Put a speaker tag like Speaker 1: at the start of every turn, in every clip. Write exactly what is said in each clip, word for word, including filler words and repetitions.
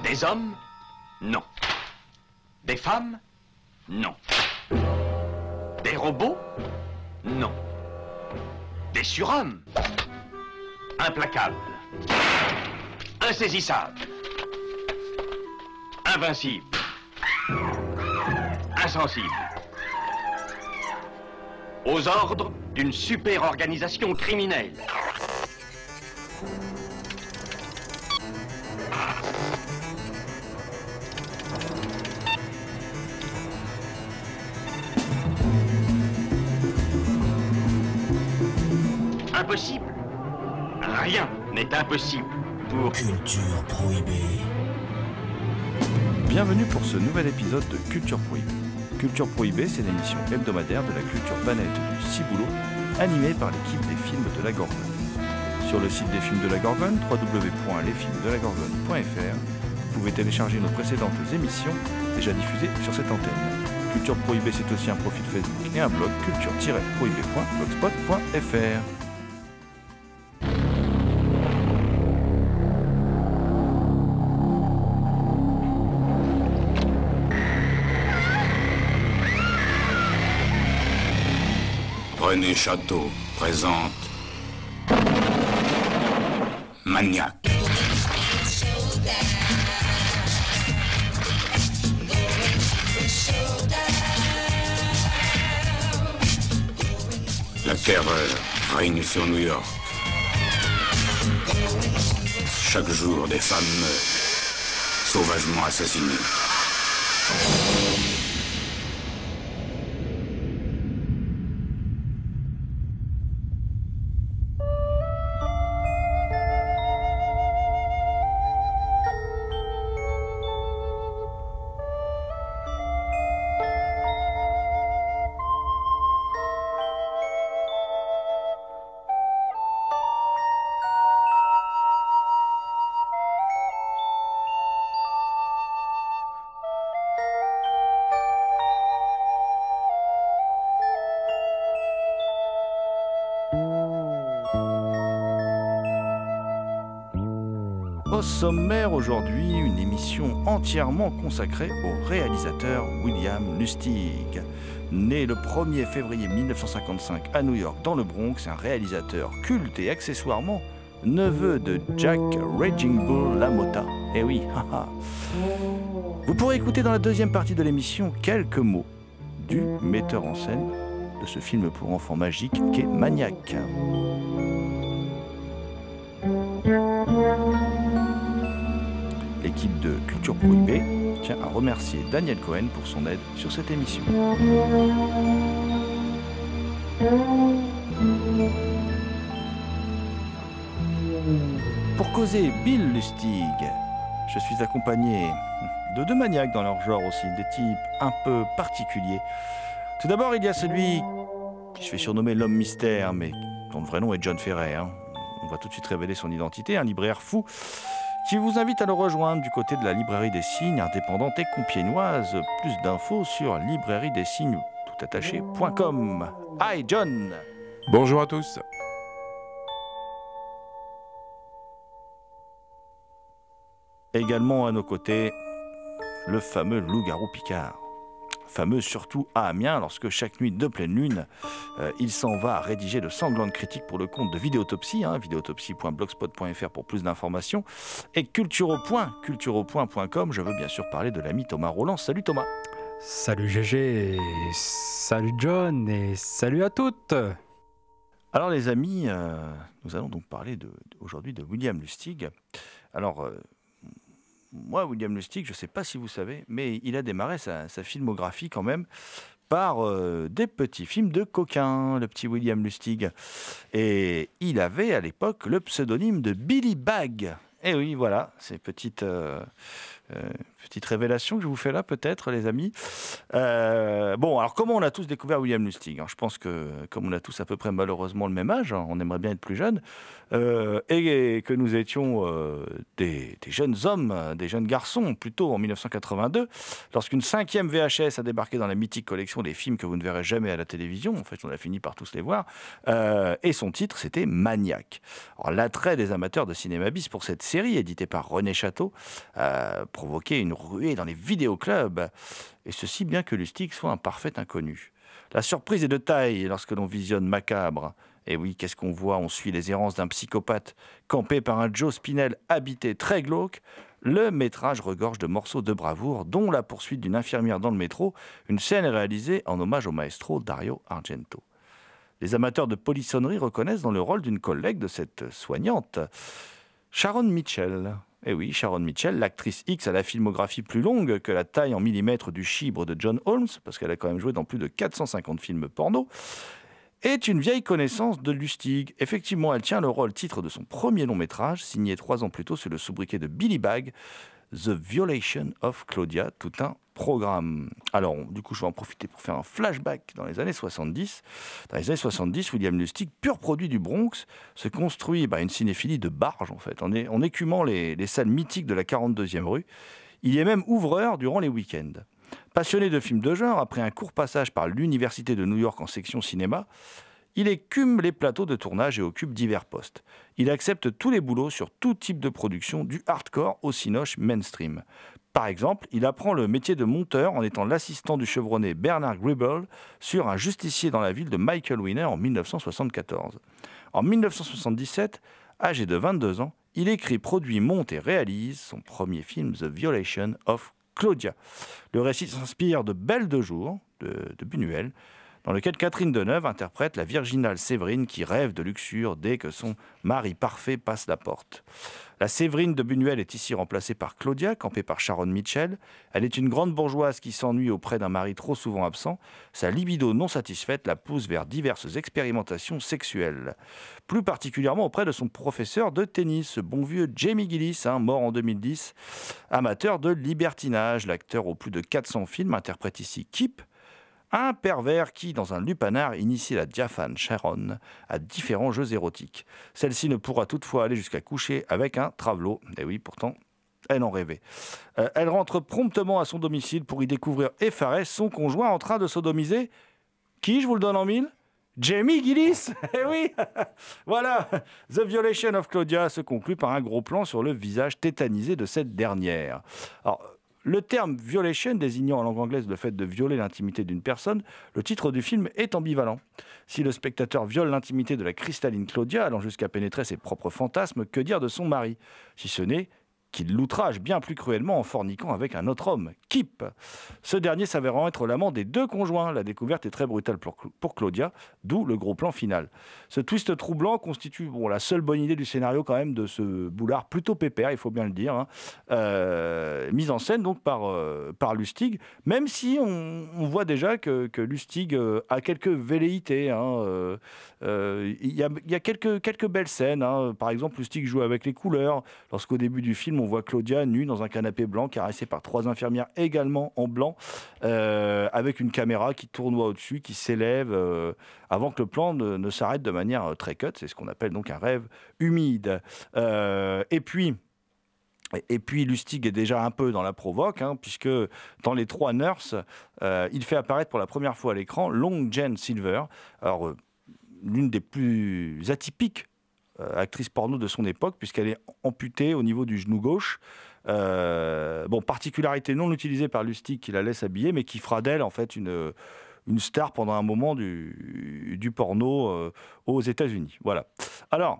Speaker 1: Des hommes? Non. Des femmes? Non. Des robots? Non. Des surhommes? Implacables. Insaisissables. Invincibles. Insensibles. Aux ordres d'une super organisation criminelle. Impossible. Rien n'est impossible pour...
Speaker 2: Culture Prohibée.
Speaker 3: Bienvenue pour ce nouvel épisode de Culture Prohibée. Culture Prohibée, c'est l'émission hebdomadaire de la culture banette du Ciboulot, animée par l'équipe des films de la Gorgone. Sur le site des films de la Gorgone, w w w point les films de la gorgone point f r, vous pouvez télécharger nos précédentes émissions déjà diffusées sur cette antenne. Culture Prohibée, c'est aussi un profil Facebook et un blog culture tiret prohibée point blogspot point f r.
Speaker 4: René Château présente Maniac. La terreur règne sur New York. Chaque jour, des femmes meurent, sauvagement assassinées.
Speaker 3: Au sommaire aujourd'hui, une émission entièrement consacrée au réalisateur William Lustig. Né le premier février mille neuf cent cinquante-cinq à New York dans le Bronx, un réalisateur culte et accessoirement neveu de Jack Raging Bull LaMotta. Eh oui, haha. Vous pourrez écouter dans la deuxième partie de l'émission quelques mots du metteur en scène de ce film pour enfants magique qu'est Maniac. L'équipe de Culture Prohibée tient à remercier Daniel Cohen pour son aide sur cette émission. Pour causer Bill Lustig, je suis accompagné de deux maniaques dans leur genre aussi, des types un peu particuliers. Tout d'abord, il y a celui que je vais surnommer l'homme mystère, mais dont le vrai nom est John Ferret. Hein. On va tout de suite révéler son identité, un libraire fou qui vous invite à le rejoindre du côté de la Librairie des Signes, indépendante et compiègnoise. Plus d'infos sur librairie des signes tout attaché point com. Hi John.
Speaker 5: Bonjour à tous.
Speaker 3: Également à nos côtés, le fameux loup-garou Picard. Fameux surtout à Amiens, lorsque chaque nuit de pleine lune, euh, il s'en va rédiger de sanglantes critiques pour le compte de Vidéotopsie, hein, vidéotopsie point blogspot point f r pour plus d'informations, et culturo. culturo point com, je veux bien sûr parler de l'ami Thomas Roland. Salut Thomas.
Speaker 6: Salut G G, et salut John, et salut à toutes.
Speaker 3: Alors les amis, euh, nous allons donc parler de, de, aujourd'hui de William Lustig. Alors... Euh, Moi, William Lustig, je ne sais pas si vous savez, mais il a démarré sa, sa filmographie quand même par euh, des petits films de coquins, le petit William Lustig. Et il avait à l'époque le pseudonyme de Billy Bag. Et oui, voilà, c'est petite, euh, euh, petite révélation que je vous fais là, peut-être, les amis. Euh, bon, alors comment on a tous découvert William Lustig, hein? Je pense que, comme on a tous à peu près malheureusement le même âge, hein, on aimerait bien être plus jeunes, euh, et, et que nous étions euh, des, des jeunes hommes, des jeunes garçons, plutôt en dix-neuf cent quatre-vingt-deux, lorsqu'une cinquième V H S a débarqué dans la mythique collection des films que vous ne verrez jamais à la télévision. En fait, on a fini par tous les voir. Euh, et son titre, c'était Maniac. Alors, l'attrait des amateurs de cinéma bis pour cette série, éditée par René Château, euh, provoqué une ruée dans les vidéoclubs, et ceci bien que Lustig soit un parfait inconnu. La surprise est de taille lorsque l'on visionne Macabre. Et oui, qu'est-ce qu'on voit? On suit les errances d'un psychopathe campé par un Joe Spinell habité très glauque. Le métrage regorge de morceaux de bravoure, dont la poursuite d'une infirmière dans le métro, une scène réalisée en hommage au maestro Dario Argento. Les amateurs de polissonnerie reconnaissent dans le rôle d'une collègue de cette soignante, Sharon Mitchell. Et oui, Sharon Mitchell, l'actrice X à la filmographie plus longue que la taille en millimètres du chibre de John Holmes, parce qu'elle a quand même joué dans plus de quatre cent cinquante films porno, est une vieille connaissance de Lustig. Effectivement, elle tient le rôle titre de son premier long métrage, signé trois ans plus tôt sur le sobriquet de Billy Bag, The Violation of Claudia, tout un programme. Alors, du coup, je vais en profiter pour faire un flashback dans les années soixante-dix. Dans les années soixante-dix, William Lustig, pur produit du Bronx, se construit bah, une cinéphilie de barge, en fait, en, é- en écumant les, les salles mythiques de la quarante-deuxième rue. Il y est même ouvreur durant les week-ends. Passionné de films de genre, après un court passage par l'Université de New York en section cinéma, il écume les plateaux de tournage et occupe divers postes. Il accepte tous les boulots sur tout type de production, du hardcore au cinoche mainstream. Par exemple, il apprend le métier de monteur en étant l'assistant du chevronné Bernard Gribble sur Un justicier dans la ville de Michael Winner en dix-neuf cent soixante-quatorze. En dix-neuf cent soixante-dix-sept, âgé de vingt-deux ans, il écrit, produit, monte et réalise son premier film The Violation of Claudia. Le récit s'inspire de Belle de jour, de, de Buñuel, dans lequel Catherine Deneuve interprète la virginale Séverine qui rêve de luxure dès que son mari parfait passe la porte. La Séverine de Buñuel est ici remplacée par Claudia, campée par Sharon Mitchell. Elle est une grande bourgeoise qui s'ennuie auprès d'un mari trop souvent absent. Sa libido non satisfaite la pousse vers diverses expérimentations sexuelles. Plus particulièrement auprès de son professeur de tennis, ce bon vieux Jamie Gillis, hein, mort en deux mille dix, amateur de libertinage. L'acteur aux plus de quatre cents films interprète ici Kip, un pervers qui, dans un lupanar, initie la diaphane Sharon à différents jeux érotiques. Celle-ci ne pourra toutefois aller jusqu'à coucher avec un travelot. Et oui, pourtant, elle en rêvait. Euh, elle rentre promptement à son domicile pour y découvrir effaré son conjoint en train de sodomiser. Qui, je vous le donne en mille? Jamie Gillis. Eh oui. Voilà. The Violation of Claudia se conclut par un gros plan sur le visage tétanisé de cette dernière. Alors, le terme « violation » désignant en langue anglaise le fait de violer l'intimité d'une personne, le titre du film est ambivalent. Si le spectateur viole l'intimité de la cristalline Claudia, allant jusqu'à pénétrer ses propres fantasmes, que dire de son mari? Si ce n'est qu'il l'outrage bien plus cruellement en forniquant avec un autre homme, Kip. Ce dernier s'avérant être l'amant des deux conjoints. La découverte est très brutale pour, pour Claudia, d'où le gros plan final. Ce twist troublant constitue bon, la seule bonne idée du scénario quand même de ce boulard plutôt pépère, il faut bien le dire, hein. euh, mise en scène donc par, euh, par Lustig, même si on, on voit déjà que, que Lustig euh, a quelques velléités. Hein, euh, euh, il y a, il y a quelques, quelques belles scènes. Hein. Par exemple, Lustig joue avec les couleurs. Lorsqu'au début du film, on voit Claudia nue dans un canapé blanc, caressée par trois infirmières également en blanc, euh, avec une caméra qui tournoie au-dessus, qui s'élève, euh, avant que le plan ne, ne s'arrête de manière très cut. C'est ce qu'on appelle donc un rêve humide. Euh, et puis... Et puis Lustig est déjà un peu dans la provoque, hein, puisque dans Les Trois Nurses, euh, il fait apparaître pour la première fois à l'écran Long Jane Silver, alors, euh, l'une des plus atypiques euh, actrices porno de son époque, puisqu'elle est amputée au niveau du genou gauche. Euh, bon, particularité non utilisée par Lustig qui la laisse habiller, mais qui fera d'elle en fait une, une star pendant un moment du, du porno euh, aux États-Unis. Voilà. Alors.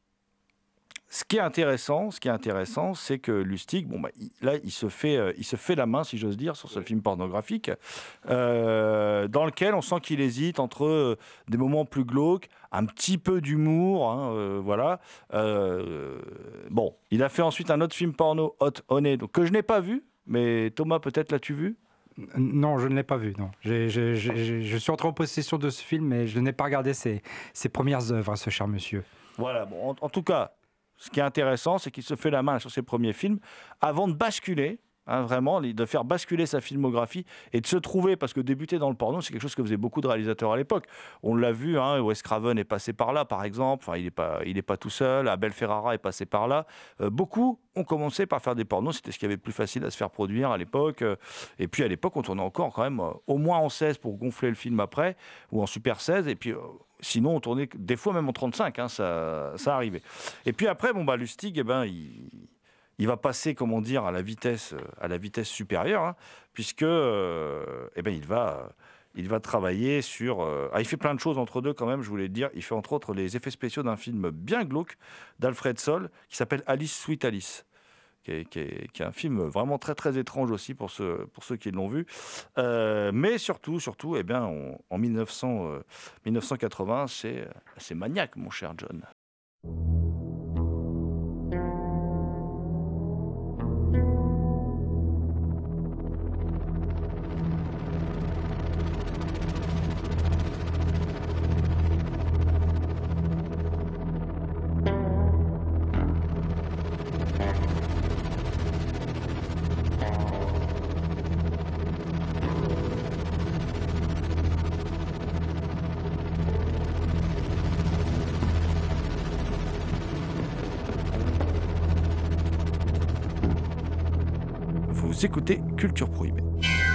Speaker 3: Ce qui est intéressant, ce qui est intéressant, c'est que Lustig, bon, bah, il, là, il se fait, euh, il se fait la main, si j'ose dire, sur ce oui. film pornographique, euh, dans lequel on sent qu'il hésite entre euh, des moments plus glauques, un petit peu d'humour, hein, euh, voilà. Euh, bon, il a fait ensuite un autre film porno, Hot Honey, donc que je n'ai pas vu, mais Thomas, peut-être l'as-tu vu ?
Speaker 6: Non, je ne l'ai pas vu, non. J'ai, j'ai, j'ai, je suis entré en possession de ce film, mais je n'ai pas regardé ses, ses premières œuvres, ce cher monsieur.
Speaker 3: Voilà, bon, en, en tout cas. Ce qui est intéressant, c'est qu'il se fait la main sur ses premiers films avant de basculer, hein, vraiment, de faire basculer sa filmographie et de se trouver, parce que débuter dans le porno, c'est quelque chose que faisaient beaucoup de réalisateurs à l'époque. On l'a vu, hein, Wes Craven est passé par là, par exemple. Enfin, il n'est pas, il est pas tout seul. Abel Ferrara est passé par là. Euh, beaucoup ont commencé par faire des pornos. C'était ce qui avait le plus facile à se faire produire à l'époque. Et puis, à l'époque, on tournait encore quand même euh, au moins en seize pour gonfler le film après, ou en Super seize. Et puis... Euh, Sinon, on tournait des fois même en trente-cinq, hein, ça, ça arrivait. Et puis après, bon, bah, Lustig, eh ben, il, il va passer, comment dire, à la vitesse, à la vitesse supérieure, hein, puisque euh, eh ben, il va... Il va travailler sur... euh, Ah, il fait plein de choses entre deux quand même, je voulais te dire. Il fait entre autres les effets spéciaux d'un film bien glauque d'Alfred Soll qui s'appelle Alice Sweet Alice, qui est, qui est- qui est un film vraiment très très étrange aussi pour ceux, pour ceux qui l'ont vu. Euh, mais surtout, surtout, eh bien, on- en mille neuf cents, euh, mille neuf cent quatre-vingts, c'est c'est Maniac, mon cher John. Vous écoutez Culture Prohibée.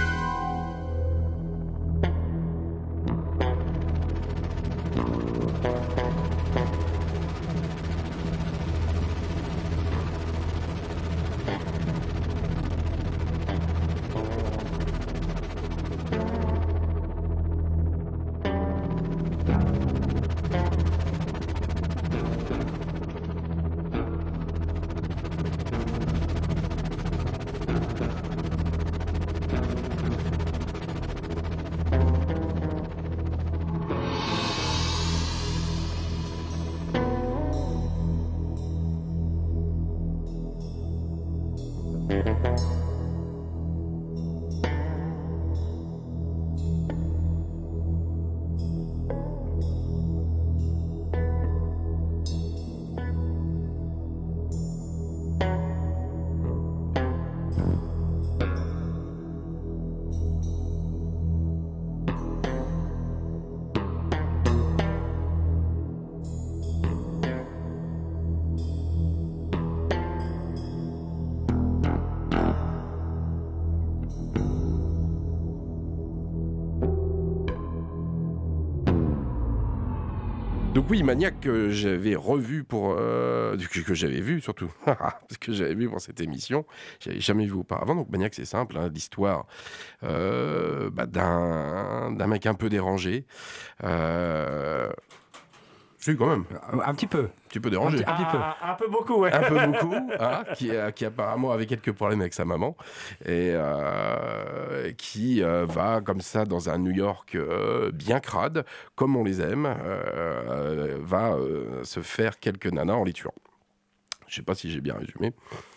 Speaker 5: Donc oui, Maniac que j'avais revu pour euh, que, que j'avais vu surtout parce que j'avais vu pour cette émission, j'avais jamais vu auparavant. Donc Maniac, c'est simple, hein, l'histoire euh, bah, d'un d'un mec un peu dérangé. Euh, Si, quand même.
Speaker 6: Un petit peu.
Speaker 5: Un petit peu dérangé.
Speaker 6: Un petit peu.
Speaker 3: Ah, un peu beaucoup, ouais.
Speaker 5: Un peu beaucoup, hein, qui, euh, qui apparemment avait quelques problèmes avec sa maman et euh, qui euh, va comme ça dans un New York euh, bien crade, comme on les aime, euh, va euh, se faire quelques nanas en les tuant. Je sais pas si j'ai bien résumé.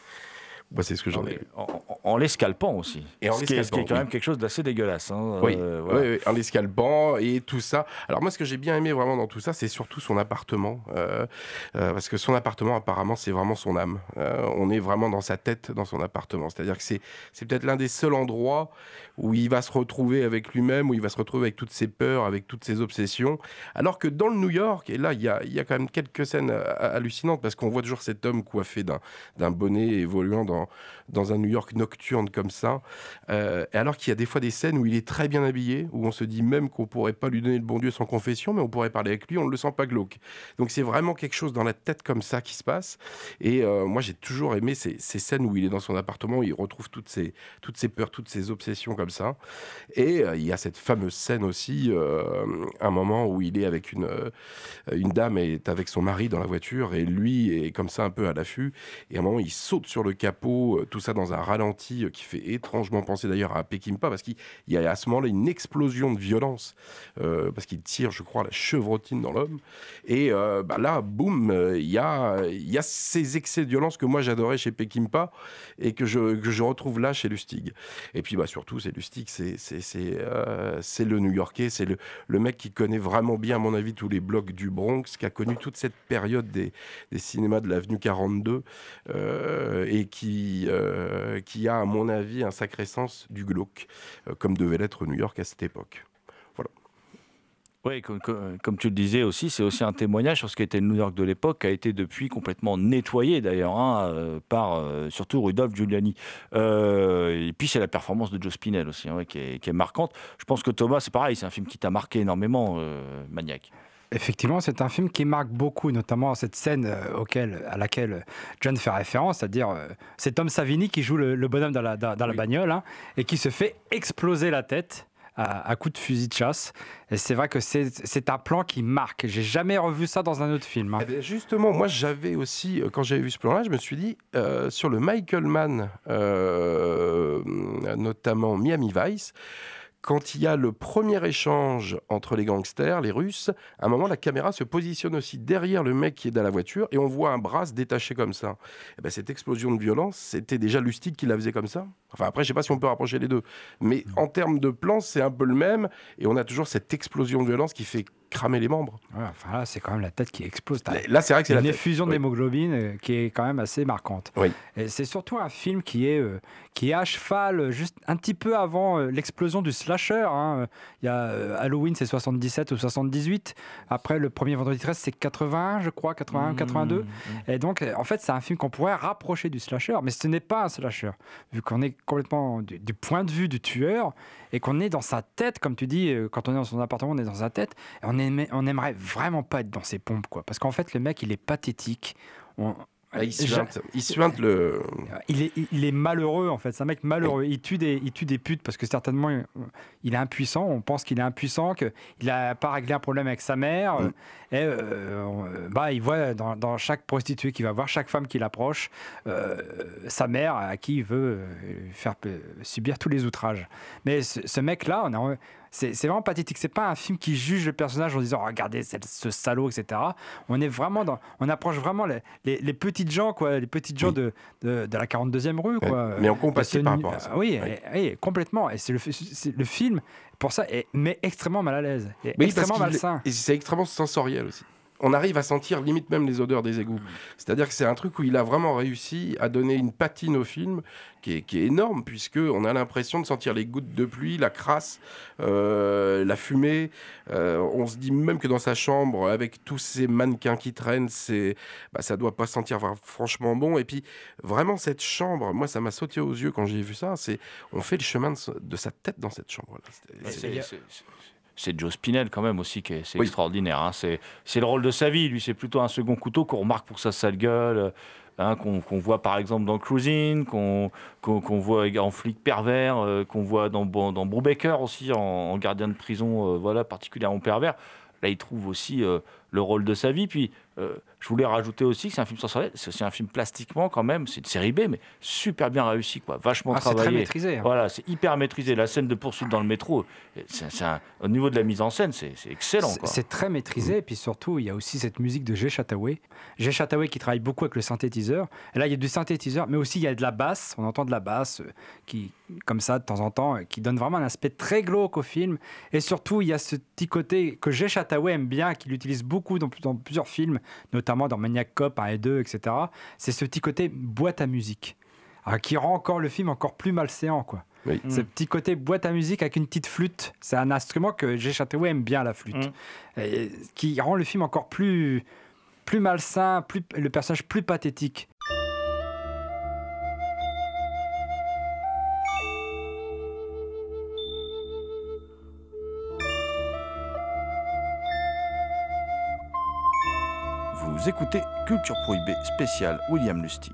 Speaker 5: Bah, c'est ce que j'en ai.
Speaker 3: En, en, en les scalpant aussi.
Speaker 5: Et en
Speaker 3: ce,
Speaker 5: les
Speaker 3: qui est, ce qui est
Speaker 5: scalpant,
Speaker 3: quand
Speaker 5: oui.
Speaker 3: même quelque chose d'assez dégueulasse. Hein.
Speaker 5: Oui,
Speaker 3: Euh, voilà.
Speaker 5: oui, oui, en les scalpant et tout ça. Alors moi, ce que j'ai bien aimé vraiment dans tout ça, c'est surtout son appartement. Euh, euh, parce que son appartement, apparemment, c'est vraiment son âme. Euh, on est vraiment dans sa tête, dans son appartement. C'est-à-dire que c'est, c'est peut-être l'un des seuls endroits où il va se retrouver avec lui-même, où il va se retrouver avec toutes ses peurs, avec toutes ses obsessions. Alors que dans le New York, et là, il y a, il y a quand même quelques scènes hallucinantes, parce qu'on voit toujours cet homme coiffé d'un, d'un bonnet évoluant dans, dans un New York nocturne comme ça. Euh, et alors qu'il y a des fois des scènes où il est très bien habillé, où on se dit même qu'on pourrait pas lui donner le bon Dieu sans confession, mais on pourrait parler avec lui, on ne le sent pas glauque. Donc c'est vraiment quelque chose dans la tête comme ça qui se passe. Et euh, moi, j'ai toujours aimé ces, ces scènes où il est dans son appartement, où il retrouve toutes ses, toutes ses peurs, toutes ses obsessions comme ça. Et euh, il y a cette fameuse scène aussi, euh, un moment où il est avec une, euh, une dame et est avec son mari dans la voiture, et lui est comme ça un peu à l'affût. Et à un moment, il saute sur le capot, euh, tout ça dans un ralenti euh, qui fait étrangement penser d'ailleurs à Peckinpah, parce qu'il y a à ce moment-là une explosion de violence, euh, parce qu'il tire, je crois, la chevrotine dans l'homme. Et euh, bah là, boum, euh, il y, a, y a ces excès de violence que moi j'adorais chez Peckinpah et que je, que je retrouve là chez Lustig. Et puis bah, surtout, c'est Lustig, c'est, c'est, c'est, euh, c'est le New-Yorkais, c'est le, le mec qui connaît vraiment bien, à mon avis, tous les blocs du Bronx, qui a connu toute cette période des, des cinémas de l'avenue quarante-deux, euh, et qui, euh, qui a, à mon avis, un sacré sens du glauque, euh, comme devait l'être New York à cette époque. Voilà.
Speaker 3: Oui, comme, comme, comme tu le disais aussi, c'est aussi un témoignage sur ce qu'était le New York de l'époque, qui a été depuis complètement nettoyé d'ailleurs, hein, euh, par euh, surtout Rudolph Giuliani. Euh, et puis c'est la performance de Joe Spinell aussi, hein, ouais, qui, est, qui est marquante. Je pense que Thomas, c'est pareil, c'est un film qui t'a marqué énormément, euh, Maniac.
Speaker 6: Effectivement, c'est un film qui marque beaucoup, notamment cette scène euh, auquel, à laquelle John fait référence, c'est-à-dire euh, c'est Tom Savini qui joue le, le bonhomme dans la, dans, dans la
Speaker 5: Oui.
Speaker 6: bagnole hein, et qui se fait exploser la tête à, à coups de fusil de chasse. Et c'est vrai que c'est, c'est un plan qui marque. J'ai jamais revu ça dans un autre film. hein.
Speaker 5: Eh bien, justement, moi j'avais aussi, euh, quand j'avais vu ce plan-là, je me suis dit, euh, sur le Michael Mann, euh, notamment Miami Vice, quand il y a le premier échange entre les gangsters, les Russes, à un moment, la caméra se positionne aussi derrière le mec qui est dans la voiture et on voit un bras se détacher comme ça. Eh ben, cette explosion de violence, c'était déjà Lustig qui la faisait comme ça. Enfin, après, je sais pas si on peut rapprocher les deux. Mais en termes de plan, c'est un peu le même. Et on a toujours cette explosion de violence qui fait cramer les membres.
Speaker 6: Ouais, enfin là, c'est quand même la tête qui explose. T'as
Speaker 5: Là, c'est vrai que c'est
Speaker 6: une
Speaker 5: la tête.
Speaker 6: effusion
Speaker 5: Oui.
Speaker 6: d'hémoglobine euh, qui est quand même assez marquante.
Speaker 5: Oui.
Speaker 6: Et c'est surtout un film qui est, euh, qui est à cheval, euh, juste un petit peu avant euh, l'explosion du slasher. hein. Il y a euh, Halloween, c'est soixante-dix-sept ou soixante-dix-huit. Après, le premier Vendredi treize, c'est quatre-vingt-un, je crois, quatre-vingt-un, quatre-vingt-deux. Et donc, euh, en fait, c'est un film qu'on pourrait rapprocher du slasher, mais ce n'est pas un slasher, vu qu'on est complètement du, du point de vue du tueur et qu'on est dans sa tête, comme tu dis, euh, quand on est dans son appartement, on est dans sa tête, et on, aimait, on aimerait vraiment pas être dans ses pompes, quoi. Parce qu'en fait, le mec, il est pathétique. On-
Speaker 5: Ah, il
Speaker 6: Ja-
Speaker 5: suinte, il suinte le.
Speaker 6: il est, il est malheureux en fait, c'est un mec malheureux. Il tue des, il tue des putes parce que certainement euh, il est impuissant. On pense qu'il est impuissant, qu'il n'a pas réglé un problème avec sa mère.
Speaker 5: Mm.
Speaker 6: Et euh, on- bah, il voit dans, dans chaque prostituée qu'il va voir, chaque femme qu'il approche, euh, sa mère à qui il veut euh, faire euh, subir tous les outrages. Mais ce, ce mec-là, on a, c'est, c'est vraiment pathétique. C'est pas un film qui juge le personnage en disant regardez ce, ce salaud, et cetera. On est vraiment dans, on approche vraiment les, les, les petites gens, quoi, les petites gens
Speaker 5: Oui.
Speaker 6: de, de, de la quarante-deuxième rue, quoi.
Speaker 5: Mais on compatit
Speaker 6: Parce que-
Speaker 5: par rapport à ça.
Speaker 6: Ah oui,
Speaker 5: Oui.
Speaker 6: et- et complètement. Et c'est le, c'est le film, pour ça, est, mais extrêmement mal à l'aise. Et
Speaker 5: Oui,
Speaker 6: extrêmement
Speaker 5: parce qu'il-
Speaker 6: malsain.
Speaker 5: Et c'est extrêmement sensoriel aussi. On arrive à sentir limite même les odeurs des égouts. C'est-à-dire que c'est un truc où il a vraiment réussi à donner une patine au film qui est, qui est énorme, puisqu'on a l'impression de sentir les gouttes de pluie, la crasse, euh, la fumée. Euh, on se dit même que dans sa chambre, avec tous ces mannequins qui traînent, c'est, bah, ça doit pas sentir vra- franchement bon. Et puis, vraiment, cette chambre, moi, ça m'a sauté aux yeux quand j'ai vu ça. C'est, on fait le chemin de, sa- de sa tête dans cette chambre-là. C'était-
Speaker 3: Ouais,
Speaker 5: c'est-
Speaker 3: C'est c'est- c'est- c'est Joe Spinell quand même aussi qui est, c'est
Speaker 5: Oui.
Speaker 3: extraordinaire. hein. C'est c'est le rôle de sa vie. Lui, c'est plutôt un second couteau qu'on remarque pour sa sale gueule, euh, hein, qu'on qu'on voit par exemple dans Cruising, qu'on qu'on qu'on voit en flic pervers, euh, qu'on voit dans, dans dans Brubaker aussi en, en gardien de prison, euh, voilà, particulièrement pervers. Là, il trouve aussi euh, le rôle de sa vie. Puis, euh, je voulais rajouter aussi que c'est un film sensoriel. C'est aussi un film plastiquement quand même. C'est une série B, mais super bien réussi, quoi. Vachement
Speaker 6: Ah, c'est
Speaker 3: travaillé.
Speaker 6: très maîtrisé. hein.
Speaker 3: Voilà, c'est hyper maîtrisé. La scène de poursuite dans le métro, c'est, c'est un- au niveau de la mise en scène, c'est, c'est excellent.
Speaker 6: C'est-
Speaker 3: Quoi.
Speaker 6: C'est très maîtrisé, et puis surtout, il y a aussi cette musique de Jay Chataway. Jay Chataway qui travaille beaucoup avec le synthétiseur. Et là, il y a du synthétiseur, mais aussi il y a de la basse. On entend de la basse euh, qui, comme ça, de temps en temps, euh, qui donne vraiment un aspect très glauque au film. Et surtout, il y a ce petit côté que Jay Chataway aime bien, qu'il utilise beaucoup dans, dans plusieurs films, notamment dans Maniac Cop un et deux, et cetera. C'est ce petit côté boîte à musique, alors, qui rend encore le film encore plus malséant, quoi.
Speaker 5: Oui.
Speaker 6: Ce petit côté boîte à musique avec une petite flûte, c'est un instrument que Jay Chataway aime bien, la flûte,
Speaker 3: Mm.
Speaker 6: et qui rend le film encore plus, plus malsain, plus, le personnage plus pathétique.
Speaker 3: Vous écoutez Culture Prohibée spéciale William Lustig.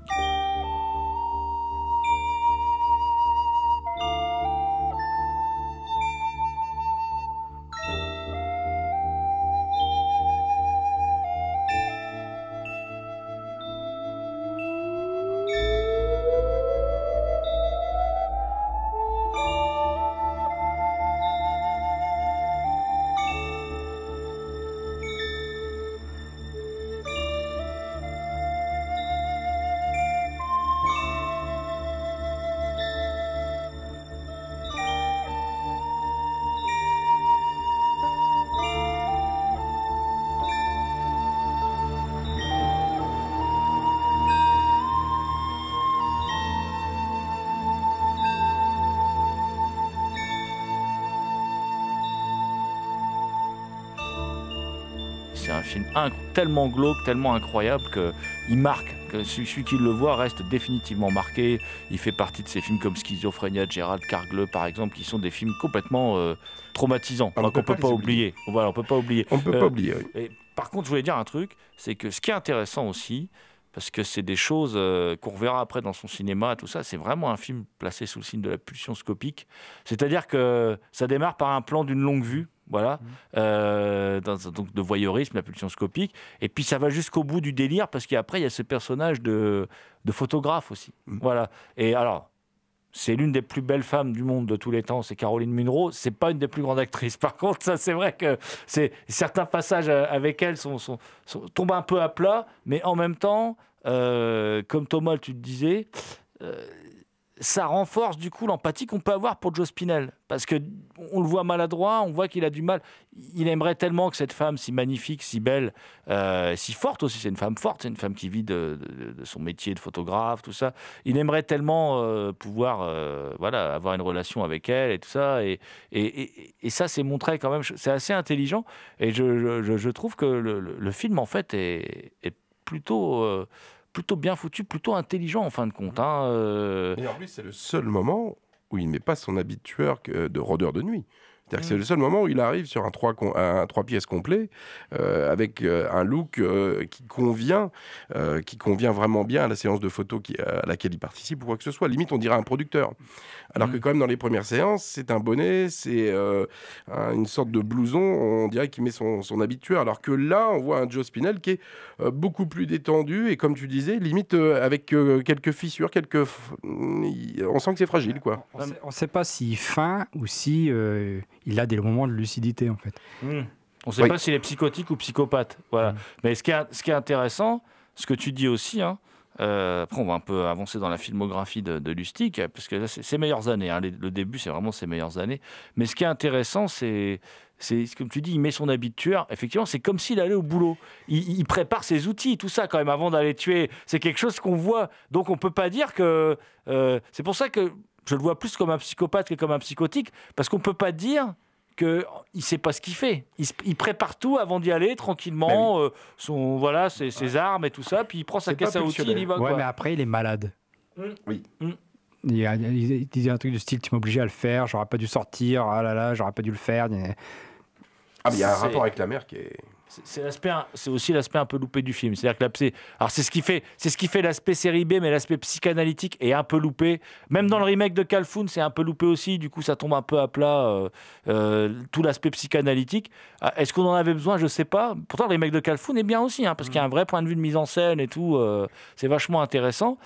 Speaker 3: c'est un film inc- tellement glauque, tellement incroyable qu'il marque. Que celui, celui qui le voit reste définitivement marqué. Il fait partie de ces films comme Schizophrénia de Gérald Cargleux, par exemple, qui sont des films complètement euh, traumatisants,
Speaker 5: On
Speaker 3: enfin,
Speaker 5: ne peut
Speaker 3: qu'on
Speaker 5: pas
Speaker 3: peut pas
Speaker 5: les
Speaker 3: oublier. Voilà, on peut pas oublier.
Speaker 5: On ne peut
Speaker 3: Euh,
Speaker 5: pas oublier, oui.
Speaker 3: Et par contre, je voulais dire un truc, c'est que ce qui est intéressant aussi, parce que c'est des choses euh, qu'on reverra après dans son cinéma, tout ça, c'est vraiment un film placé sous le signe de la pulsion scopique. C'est-à-dire que ça démarre par un plan d'une longue vue, voilà, euh, dans, donc de voyeurisme, la pulsion scopique, et puis ça va jusqu'au bout du délire, parce qu'après, il y a ce personnage de, de photographe aussi.
Speaker 5: Mm.
Speaker 3: Voilà. Et alors, c'est l'une des plus belles femmes du monde de tous les temps, c'est Caroline Munro. C'est pas une des plus grandes actrices. Par contre, ça, c'est vrai que c'est, certains passages avec elle sont, sont, sont, tombent un peu à plat, mais en même temps, euh, comme Thomas, tu te disais, euh, ça renforce du coup l'empathie qu'on peut avoir pour Joe Spinell. Parce qu'on le voit maladroit, on voit qu'il a du mal. Il aimerait tellement que cette femme si magnifique, si belle, euh, si forte aussi, c'est une femme forte, c'est une femme qui vit de, de, de son métier de photographe, tout ça. Il aimerait tellement euh, pouvoir euh, voilà, avoir une relation avec elle et tout ça. Et, et, et, et ça, c'est montré quand même, c'est assez intelligent. Et je, je, je trouve que le, le film, en fait, est, est plutôt... Euh, plutôt bien foutu, plutôt intelligent en fin de compte. Hein, euh...
Speaker 5: Et en plus, c'est le seul moment où il ne met pas son habit de tueur de rôdeur de nuit. C'est-à-dire que c'est le seul moment où il arrive sur un trois, un trois pièces complet, euh, avec euh, un look euh, qui convient, euh, qui convient vraiment bien à la séance de photos qui, à laquelle il participe ou quoi que ce soit. Limite, on dirait un producteur. Alors mmh. que quand même, dans les premières séances, c'est un bonnet, c'est euh, un, une sorte de blouson, on dirait qu'il met son, son habit de tueur. Alors que là, on voit un Joe Spinell qui est euh, beaucoup plus détendu et, comme tu disais, limite euh, avec euh, quelques fissures, quelques... on sent que c'est fragile, quoi.
Speaker 6: On ne sait pas s'il feint ou si... Euh... il a des moments de lucidité, en fait.
Speaker 3: Mmh. On ne sait
Speaker 5: oui.
Speaker 3: pas s'il est psychotique ou psychopathe. Voilà. Mmh. Mais ce qui, est, ce qui est intéressant, ce que tu dis aussi, hein, euh, après on va un peu avancer dans la filmographie de, de Lustig, parce que là, c'est ses meilleures années. Hein, les, le début, c'est vraiment ses meilleures années. Mais ce qui est intéressant, c'est, c'est comme tu dis, il met son habit de tueur. Effectivement, c'est comme s'il allait au boulot. Il, il prépare ses outils, tout ça, quand même, avant d'aller tuer. C'est quelque chose qu'on voit. Donc, on ne peut pas dire que... Euh, c'est pour ça que... je le vois plus comme un psychopathe que comme un psychotique, parce qu'on ne peut pas dire qu'il ne sait pas ce qu'il fait. Il, il prépare tout avant d'y aller, tranquillement, oui. euh, son, voilà, ses, ses ouais. armes et tout ça, puis il prend sa caisse à outils, il y va.
Speaker 6: Ouais,
Speaker 3: quoi.
Speaker 6: mais après, il est malade.
Speaker 3: Mmh.
Speaker 5: Oui.
Speaker 3: Mmh.
Speaker 6: Il, y a, il dit un truc du style, tu m'as obligé à le faire, j'aurais pas dû sortir, ah là là, j'aurais pas dû le faire.
Speaker 5: Ah, mais il y a un c'est... rapport avec la mère qui est...
Speaker 3: C'est, c'est, l'aspect, c'est aussi l'aspect un peu loupé du film. C'est-à-dire que la psy... Alors c'est ce qui fait, c'est ce qui fait l'aspect série B, mais l'aspect psychanalytique est un peu loupé. Même dans le remake de Calhoun, c'est un peu loupé aussi. Du coup, ça tombe un peu à plat, euh, euh, tout l'aspect psychanalytique. Est-ce qu'on en avait besoin ? Je ne sais pas. Pourtant, le remake de Calhoun est bien aussi, hein, parce mmh. qu'il y a un vrai point de vue de mise en scène et tout. Euh, c'est vachement intéressant.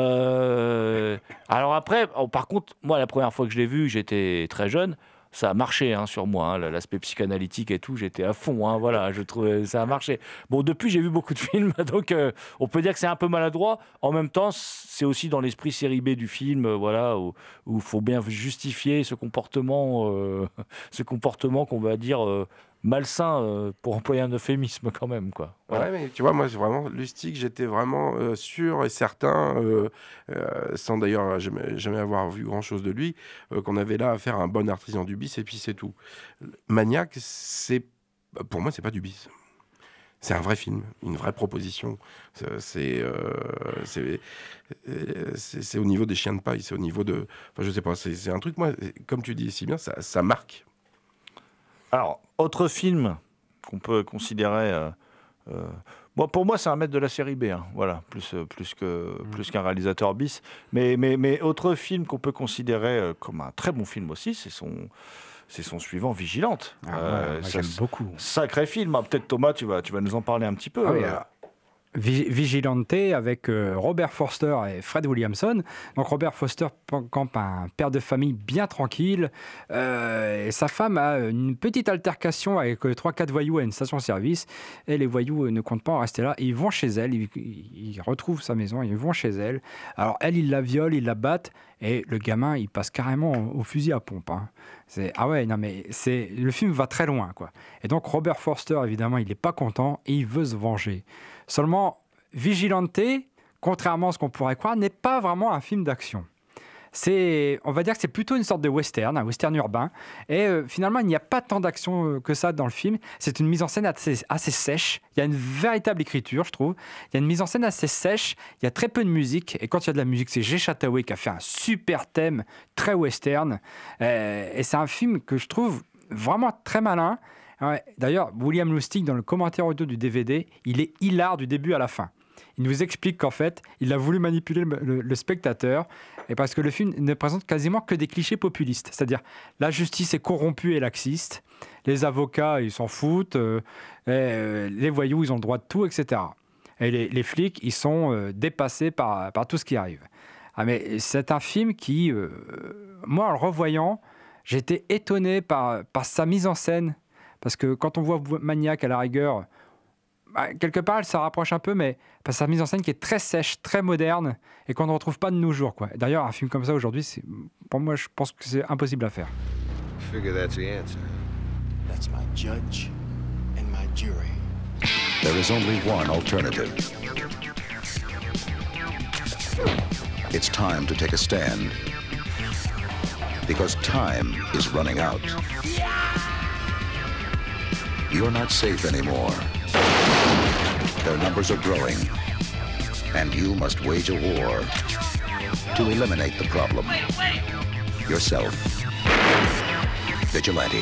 Speaker 3: Euh... Alors après, oh, par contre, moi, la première fois que je l'ai vu, j'étais très jeune. Ça a marché hein, sur moi, hein, l'aspect psychanalytique et tout, j'étais à fond, hein, voilà, je trouvais ça a marché. Bon, depuis, j'ai vu beaucoup de films, donc euh, on peut dire que c'est un peu maladroit. En même temps, c'est aussi dans l'esprit série B du film, euh, voilà, où il faut bien justifier ce comportement, euh, ce comportement qu'on va dire euh, malsain, euh, pour employer un euphémisme quand même, quoi. Voilà.
Speaker 5: Ouais, mais tu vois, moi, c'est vraiment Lustig, j'étais vraiment euh, sûr et certain, euh, euh, sans d'ailleurs jamais, jamais avoir vu grand-chose de lui, euh, qu'on avait là à faire un bon artisan du bis, et puis c'est tout. Maniac, c'est, pour moi, c'est pas du bis. C'est un vrai film, une vraie proposition. C'est, c'est, euh, c'est, c'est, c'est au niveau des chiens de paille, c'est au niveau de... Enfin, je sais pas, c'est, c'est un truc, moi, comme tu dis si bien, ça, ça marque.
Speaker 3: Alors, autre film qu'on peut considérer... Euh, euh, bon, pour moi, c'est un maître de la série B, hein, voilà, plus, plus, que, mmh. plus qu'un réalisateur bis. Mais, mais, mais autre film qu'on peut considérer euh, comme un très bon film aussi, c'est son... c'est son suivant, Vigilante.
Speaker 6: Ah ouais,
Speaker 3: euh,
Speaker 6: moi, j'aime
Speaker 3: ça,
Speaker 6: beaucoup.
Speaker 3: Sacré film. Ah, peut-être Thomas, tu vas, tu vas nous en parler un petit peu.
Speaker 6: Ah oui,
Speaker 3: euh.
Speaker 6: alors, Vigilante avec euh, Robert Forster et Fred Williamson. Donc Robert Forster campe un père de famille bien tranquille euh, et sa femme a une petite altercation avec euh, trois quatre voyous à une station-service et les voyous euh, ne comptent pas en rester là. Ils vont chez elle, ils, ils retrouvent sa maison, ils vont chez elle. Alors elle, ils la violent, ils la battent et le gamin, il passe carrément au, au fusil à pompe. Hein. C'est, ah ouais, non mais c'est, le film va très loin, quoi. Et donc Robert Forster, évidemment, il n'est pas content et il veut se venger. Seulement, Vigilante, contrairement à ce qu'on pourrait croire, n'est pas vraiment un film d'action. c'est, on va dire que c'est plutôt une sorte de western, un western urbain. Et euh, finalement, il n'y a pas tant d'action euh, que ça dans le film. C'est une mise en scène assez, assez sèche. Il y a une véritable écriture, je trouve. Il y a une mise en scène assez sèche. Il y a très peu de musique. Et quand il y a de la musique, c'est Jay Chataway qui a fait un super thème, très western. Euh, et c'est un film que je trouve vraiment très malin. Ouais. D'ailleurs, William Lustig, dans le commentaire audio du D V D, il est hilar du début à la fin. Il nous explique qu'en fait, il a voulu manipuler le, le, le spectateur, et parce que le film ne présente quasiment que des clichés populistes. C'est-à-dire, la justice est corrompue et laxiste, les avocats, ils s'en foutent, euh, et, euh, les voyous, ils ont le droit de tout, et cetera. Et les, les flics, ils sont euh, dépassés par, par tout ce qui arrive. Ah, mais c'est un film qui, euh, moi, en le revoyant, j'ai été étonné par, par sa mise en scène. Parce que quand on voit Maniac à la rigueur, bah, quelque part, elle se rapproche un peu, mais par sa mise en scène qui est très sèche, très moderne, et qu'on ne retrouve pas de nos jours, quoi. D'ailleurs, un film comme ça aujourd'hui, c'est, pour moi, je pense que c'est impossible à faire.
Speaker 7: Figure that's the answer.
Speaker 2: That's my judge and my jury.
Speaker 8: There is only one alternative. It's time to take a stand. Because time is running out. You're not safe anymore. Their numbers are growing. And you must wage a war to eliminate the problem. Yourself. Vigilante.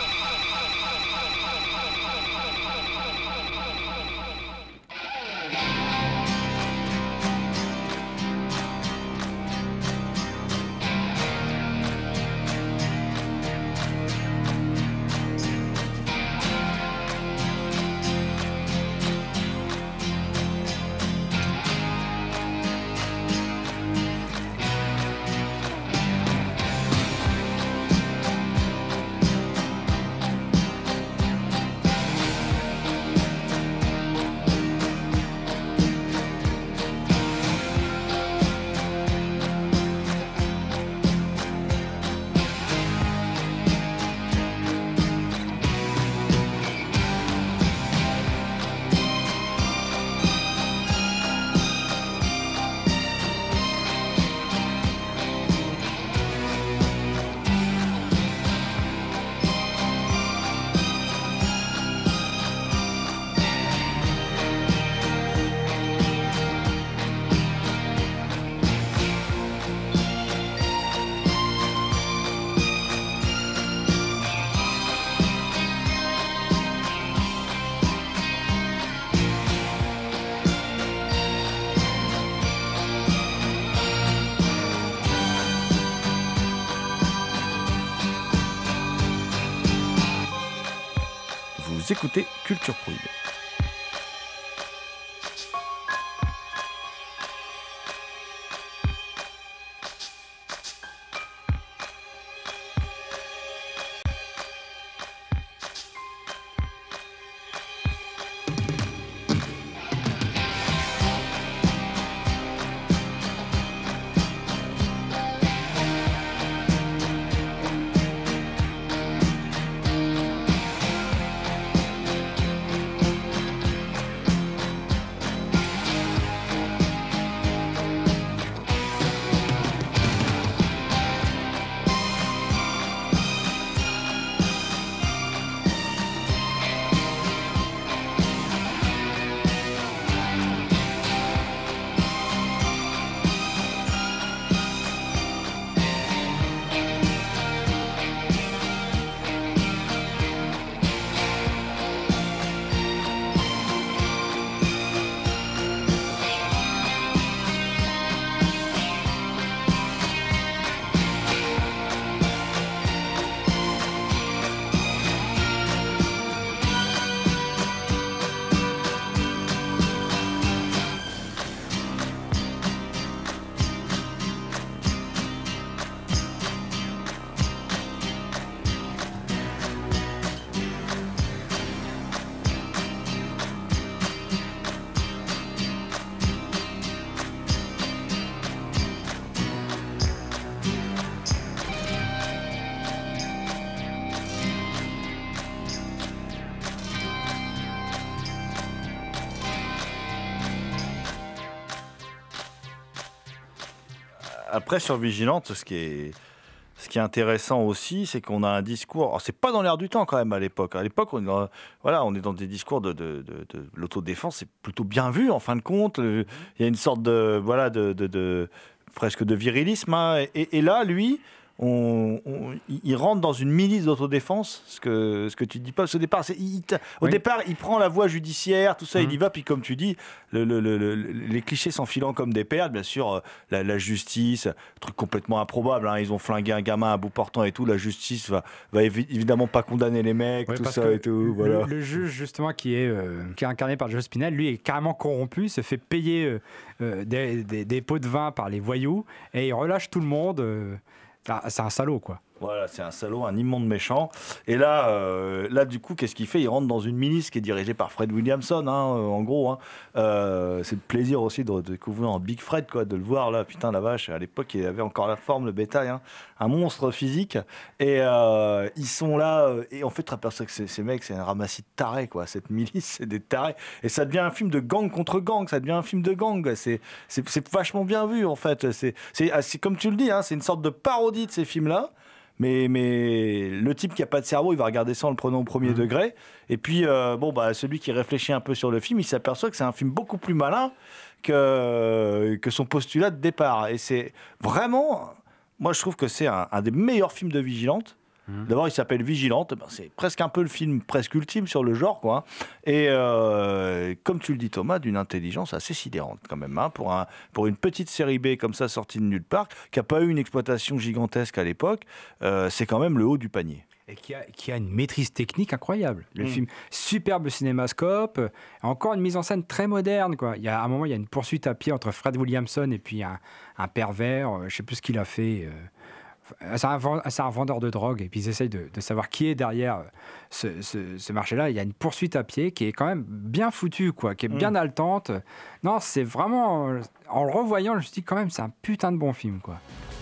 Speaker 3: Vous écoutez Culture Prohibée. après, sur Vigilante, ce qui est, ce qui est intéressant aussi, c'est qu'on a un discours. Alors, c'est pas dans l'air du temps quand même à l'époque. À l'époque, on est dans, voilà, on est dans des discours de, de, de, de l'autodéfense. C'est plutôt bien vu en fin de compte. Il y a une sorte de, voilà, de, de, de presque de virilisme. Hein. Et, et là, lui. On, on, il rentre dans une milice d'autodéfense, ce que, ce que tu dis pas. Au départ, c'est, il, au oui. départ, il prend la voie judiciaire, tout ça, mmh. il y va. Puis comme tu dis, le, le, le, le, les clichés s'enfilant comme des perles, bien sûr, la, la justice, truc complètement improbable. Hein, ils ont flingué un gamin à bout portant et tout. La justice va, va évi- évidemment pas condamner les mecs, ouais, tout ça et tout. Voilà.
Speaker 6: Le, le juge justement qui est, euh, qui est incarné par Joe Spinell, lui est carrément corrompu, se fait payer euh, des, des, des pots de vin par les voyous et il relâche tout le monde. Euh, Ah, c'est un salaud, quoi.
Speaker 3: Voilà, c'est un salaud, un immonde méchant. Et là, euh, là du coup, qu'est-ce qu'il fait ? Il rentre dans une milice qui est dirigée par Fred Williamson, hein, euh, en gros. Hein. Euh, c'est le plaisir aussi de, de découvrir en Big Fred, quoi, de le voir là. Putain, la vache, à l'époque, il avait encore la forme, le bétail, hein, un monstre physique. Et euh, ils sont là. Et en fait, tu t'aperçois que ces, ces mecs, c'est un ramassis de tarés, quoi. Cette milice, c'est des tarés. Et ça devient un film de gang contre gang. Ça devient un film de gang. C'est, c'est, c'est vachement bien vu, en fait. C'est, c'est, c'est comme tu le dis, hein, c'est une sorte de parodie de ces films-là. Mais, mais le type qui n'a pas de cerveau, il va regarder ça en le prenant au premier mmh. degré. Et puis, euh, bon, bah, celui qui réfléchit un peu sur le film, il s'aperçoit que c'est un film beaucoup plus malin que, que son postulat de départ. Et c'est vraiment... Moi, je trouve que c'est un, un des meilleurs films de Vigilante. Mmh. D'abord, il s'appelle Vigilante. Ben, c'est presque un peu le film presque ultime sur le genre, quoi. Et euh, comme tu le dis, Thomas, d'une intelligence assez sidérante, quand même, hein, pour, un, pour une petite série B comme ça, sortie de nulle part, qui n'a pas eu une exploitation gigantesque à l'époque, euh, c'est quand même le haut du panier.
Speaker 6: Et qui a, qui a une maîtrise technique incroyable. Le mmh. film, superbe cinémascope, encore une mise en scène très moderne, quoi. Il y a, à un moment, il y a une poursuite à pied entre Fred Williamson et puis un, un pervers, euh, je ne sais plus ce qu'il a fait... Euh, C'est un, c'est un vendeur de drogue et puis ils essayent de, de savoir qui est derrière ce, ce, ce marché-là. Il y a une poursuite à pied qui est quand même bien foutue, quoi, qui est bien mmh. haletante. Non, c'est vraiment... En le revoyant, je me suis dit quand même, c'est un putain de bon film, quoi.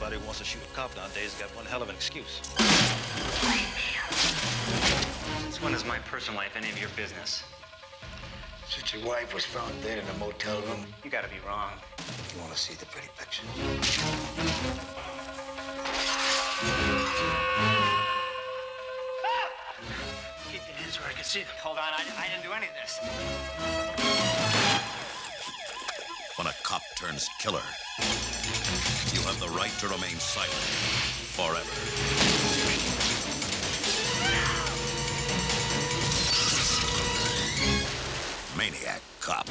Speaker 9: When is my personal life any of your business?
Speaker 2: Since your wife was found dead in a motel room.
Speaker 9: You gotta be wrong.
Speaker 2: You want to see the pretty picture?
Speaker 9: Keep your hands where I can see them. Hold on, I, I didn't do any of this.
Speaker 4: When a cop turns killer, you have the right to remain silent forever. Maniac Cop.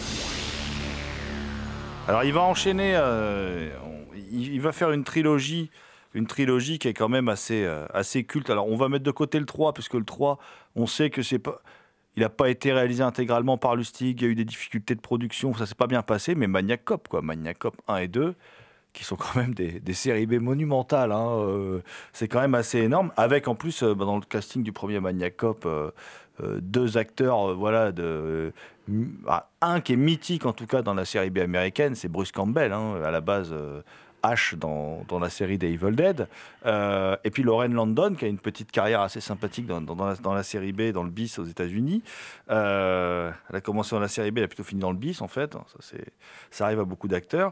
Speaker 3: Alors, il va enchaîner, euh, il, il va faire une trilogie. Une trilogie qui est quand même assez, euh, assez culte. Alors, on va mettre de côté le trois, puisque le trois, on sait que c'est pas... Il n'a pas été réalisé intégralement par Lustig, il y a eu des difficultés de production, ça ne s'est pas bien passé, mais Maniac Cop, quoi. Maniac Cop un et deux, qui sont quand même des, des séries B monumentales. Hein, euh, c'est quand même assez énorme, avec en plus, euh, dans le casting du premier Maniac Cop, euh, euh, deux acteurs, euh, voilà, de, euh, un qui est mythique, en tout cas, dans la série B américaine, c'est Bruce Campbell, hein, à la base... Euh, H dans, dans la série des Evil Dead, euh, et puis Lauren Landon qui a une petite carrière assez sympathique dans, dans, dans, la, dans la série B, dans le bis aux États-Unis. Euh, elle a commencé dans la série B, elle a plutôt fini dans le bis en fait. Ça, c'est, ça arrive à beaucoup d'acteurs.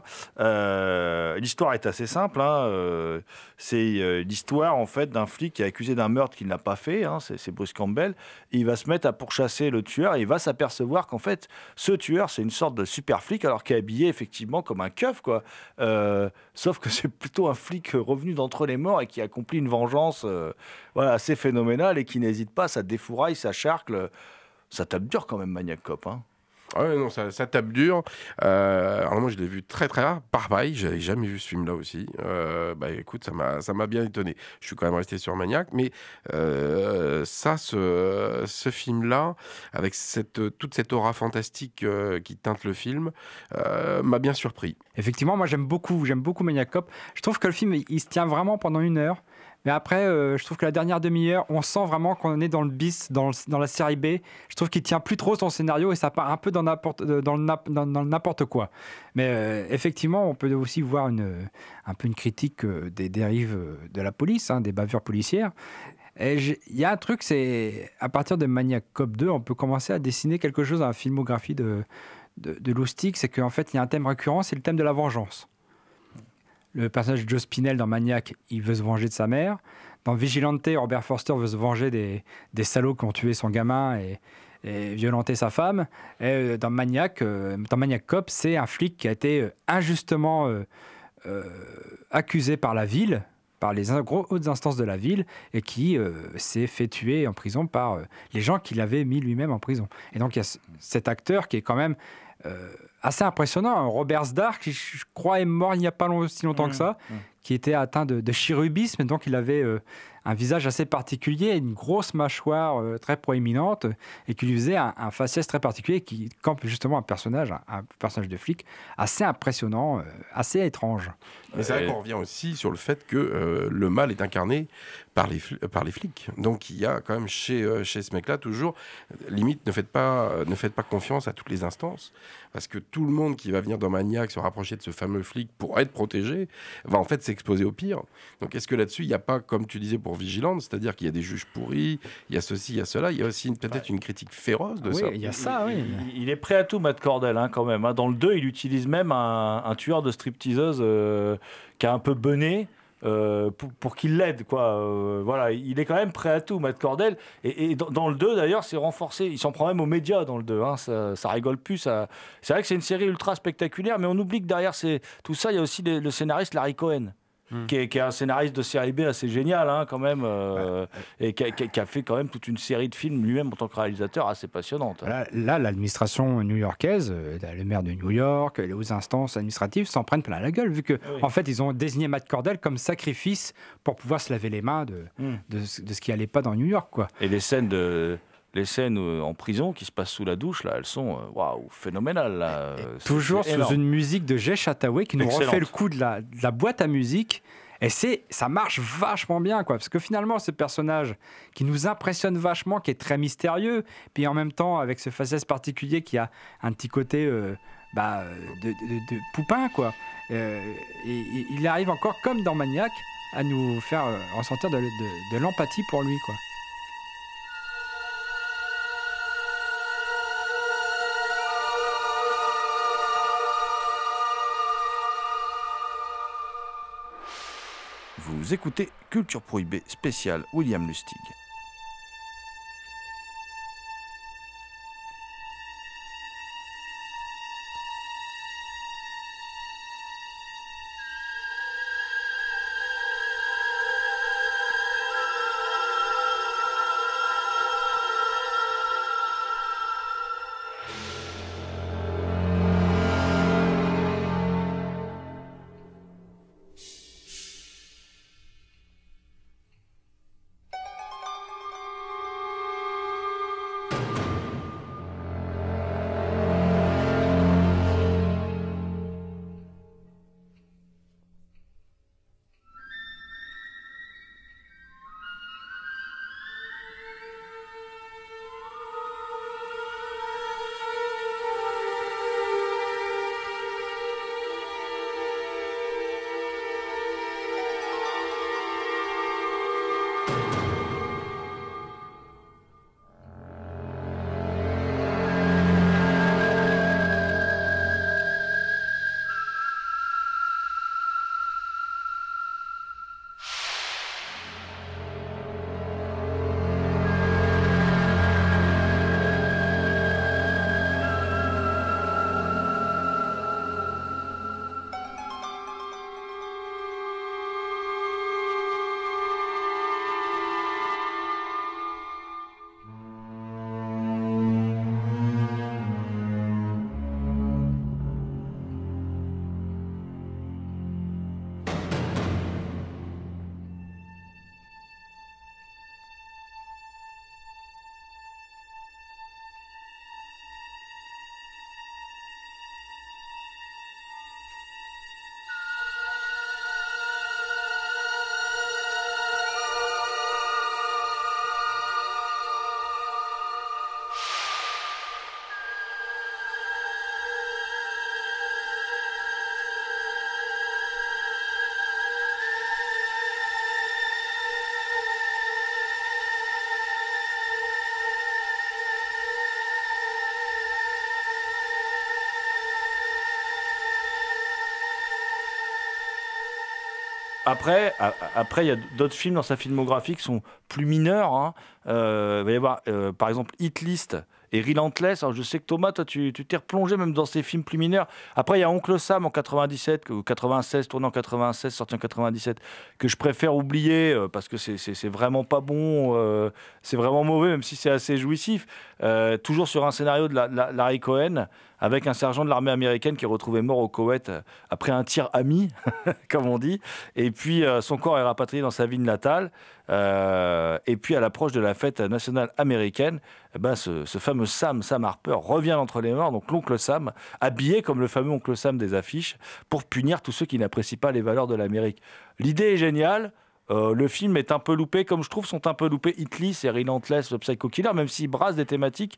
Speaker 3: Euh, l'histoire est assez simple. Hein. Euh, c'est euh, l'histoire en fait d'un flic qui est accusé d'un meurtre qu'il n'a pas fait. Hein. C'est, c'est Bruce Campbell. Et il va se mettre à pourchasser le tueur et il va s'apercevoir qu'en fait ce tueur c'est une sorte de super flic alors qu'il est habillé effectivement comme un keuf, quoi. Euh, Sauf que c'est plutôt un flic revenu d'entre les morts et qui accomplit une vengeance euh, voilà, assez phénoménale et qui n'hésite pas, ça défouraille, ça charcle. Ça tape dur quand même, Maniac Cop. Hein.
Speaker 5: Ah ouais, non, ça, ça tape dur. Euh, alors moi, je l'ai vu très très rare. Pareil, j'avais jamais vu ce film-là aussi. Euh, bah écoute, ça m'a, ça m'a bien étonné. Je suis quand même resté sur Maniac, mais euh, ça, ce, ce film-là, avec cette, toute cette aura fantastique euh, qui teinte le film, euh, m'a bien surpris.
Speaker 6: Effectivement, moi j'aime beaucoup, j'aime beaucoup Maniac Cop. Je trouve que le film, il, il se tient vraiment pendant une heure. Mais après, euh, je trouve que la dernière demi-heure, on sent vraiment qu'on est dans le bis, dans, le, dans la série B. Je trouve qu'il tient plus trop son scénario et ça part un peu dans, n'importe, dans, le, dans, dans le n'importe quoi. Mais euh, effectivement, on peut aussi voir une, un peu une critique des dérives de la police, hein, des bavures policières. Il y a un truc, c'est à partir de Maniac Cop deux, on peut commencer à dessiner quelque chose dans la filmographie de, de, de Lustig. C'est qu'en fait, il y a un thème récurrent, c'est le thème de la vengeance. le personnage de Joe Spinell dans Maniac, il veut se venger de sa mère. Dans Vigilante, Robert Forster veut se venger des, des salauds qui ont tué son gamin et, et violenté sa femme. Et dans Maniac, euh, dans Maniac Cop, c'est un flic qui a été injustement euh, euh, accusé par la ville, par les gros, hautes instances de la ville, et qui euh, s'est fait tuer en prison par euh, les gens qu'il avait mis lui-même en prison. Et donc il y a c- cet acteur qui est quand même euh, assez impressionnant, Robert Z'Dar, qui je crois est mort il n'y a pas long- si longtemps
Speaker 3: Mmh,
Speaker 6: que ça,
Speaker 3: mmh.
Speaker 6: qui était atteint de, de chirurgisme, donc il avait euh, un visage assez particulier, une grosse mâchoire euh, très proéminente, et qui lui faisait un, un faciès très particulier, qui campe justement un personnage, un, un personnage de flic assez impressionnant, euh, assez étrange.
Speaker 5: Mais c'est vrai qu'on revient aussi sur le fait que euh, le mal est incarné par les, fl- par les flics. Donc il y a quand même chez, euh, chez ce mec-là toujours, limite, ne faites, pas, euh, ne faites pas confiance à toutes les instances, parce que tout le monde qui va venir dans Maniac se rapprocher de ce fameux flic pour être protégé, va en fait s'exposer au pire. Donc est-ce que là-dessus, il n'y a pas, comme tu disais pour Vigilante, c'est-à-dire qu'il y a des juges pourris, il y a ceci, il y a cela, il y a aussi une- peut-être une critique féroce de
Speaker 6: Oui,
Speaker 5: ça.
Speaker 6: il y a ça, oui.
Speaker 3: Il, il est prêt à tout, Matt Cordell, hein, quand même. hein. Dans le deux, il utilise même un, un tueur de stripteaseuse euh, qui a un peu bené euh, pour, pour qu'il l'aide, quoi. Euh, voilà, il est quand même prêt à tout, Matt Cordell. Et, et dans, dans le deux, d'ailleurs, c'est renforcé. Il s'en prend même aux médias dans le deux. Hein. Ça, ça rigole plus. Ça... C'est vrai que c'est une série ultra spectaculaire, mais on oublie que derrière c'est... tout ça, il y a aussi les- le scénariste Larry Cohen.
Speaker 6: Hmm.
Speaker 3: Qui est, qui est un scénariste de série B assez génial, hein, quand même, euh, et qui a, qui a- qui a fait quand même toute une série de films lui-même en tant que réalisateur assez passionnante. hein.
Speaker 6: Là, là, l'administration new-yorkaise, euh, le maire de New York, les hautes instances administratives s'en prennent plein la gueule, vu que,
Speaker 3: Oui.
Speaker 6: en fait, ils ont désigné Matt Cordell comme sacrifice pour pouvoir se laver les mains de,
Speaker 3: Hmm.
Speaker 6: de, ce- de ce qui allait pas dans New York, quoi.
Speaker 3: Et les scènes de les scènes euh, en prison qui se passent sous la douche, là, elles sont euh, waouh, phénoménales. Là. Euh, c'est-
Speaker 6: Toujours
Speaker 3: c'est
Speaker 6: sous
Speaker 3: énorme.
Speaker 6: une musique de Jay Chataway qui nous
Speaker 3: Excellente.
Speaker 6: refait le coup de la, de la boîte à musique. Et c'est, ça marche vachement bien, quoi. Parce que finalement, ce personnage qui nous impressionne vachement, qui est très mystérieux, puis en même temps, avec ce faciès particulier qui a un petit côté euh, bah, de, de- de poupin, quoi. Euh, et, et il arrive encore, comme dans Maniac, à nous faire euh, ressentir de, de- de l'empathie pour lui, quoi.
Speaker 3: Vous écoutez Culture Prohibée spéciale William Lustig. après, a- après, il y a d'autres films dans sa filmographie qui sont plus mineurs, hein. Euh, il va y avoir, euh, par exemple, Hit List et Relentless. Alors, je sais que Thomas, toi, tu tu t'es replongé même dans ces films plus mineurs. Après, il y a Oncle Sam en quatre-vingt-dix-sept, ou quatre-vingt-seize, tourné en quatre-vingt-seize, sorti en quatre-vingt-dix-sett, que je préfère oublier euh, parce que c'est c'est- c'est vraiment pas bon, euh, c'est vraiment mauvais, même si c'est assez jouissif. Euh, toujours sur un scénario de la- la- Larry Cohen, avec un sergent de l'armée américaine qui est retrouvé mort au Koweït euh, après un tir ami, comme on dit. Et puis, euh, son corps est rapatrié dans sa ville natale. Euh, et puis, à l'approche de la fête nationale américaine, eh ben, ce, ce fameux Sam, Sam Harper, revient d'entre les morts, donc l'oncle Sam, habillé comme le fameux oncle Sam des affiches, pour punir tous ceux qui n'apprécient pas les valeurs de l'Amérique. L'idée est géniale. Euh, le film est un peu loupé, comme je trouve sont un peu loupés Hit List et Relentless, Psycho Killer, même s'il brasse des thématiques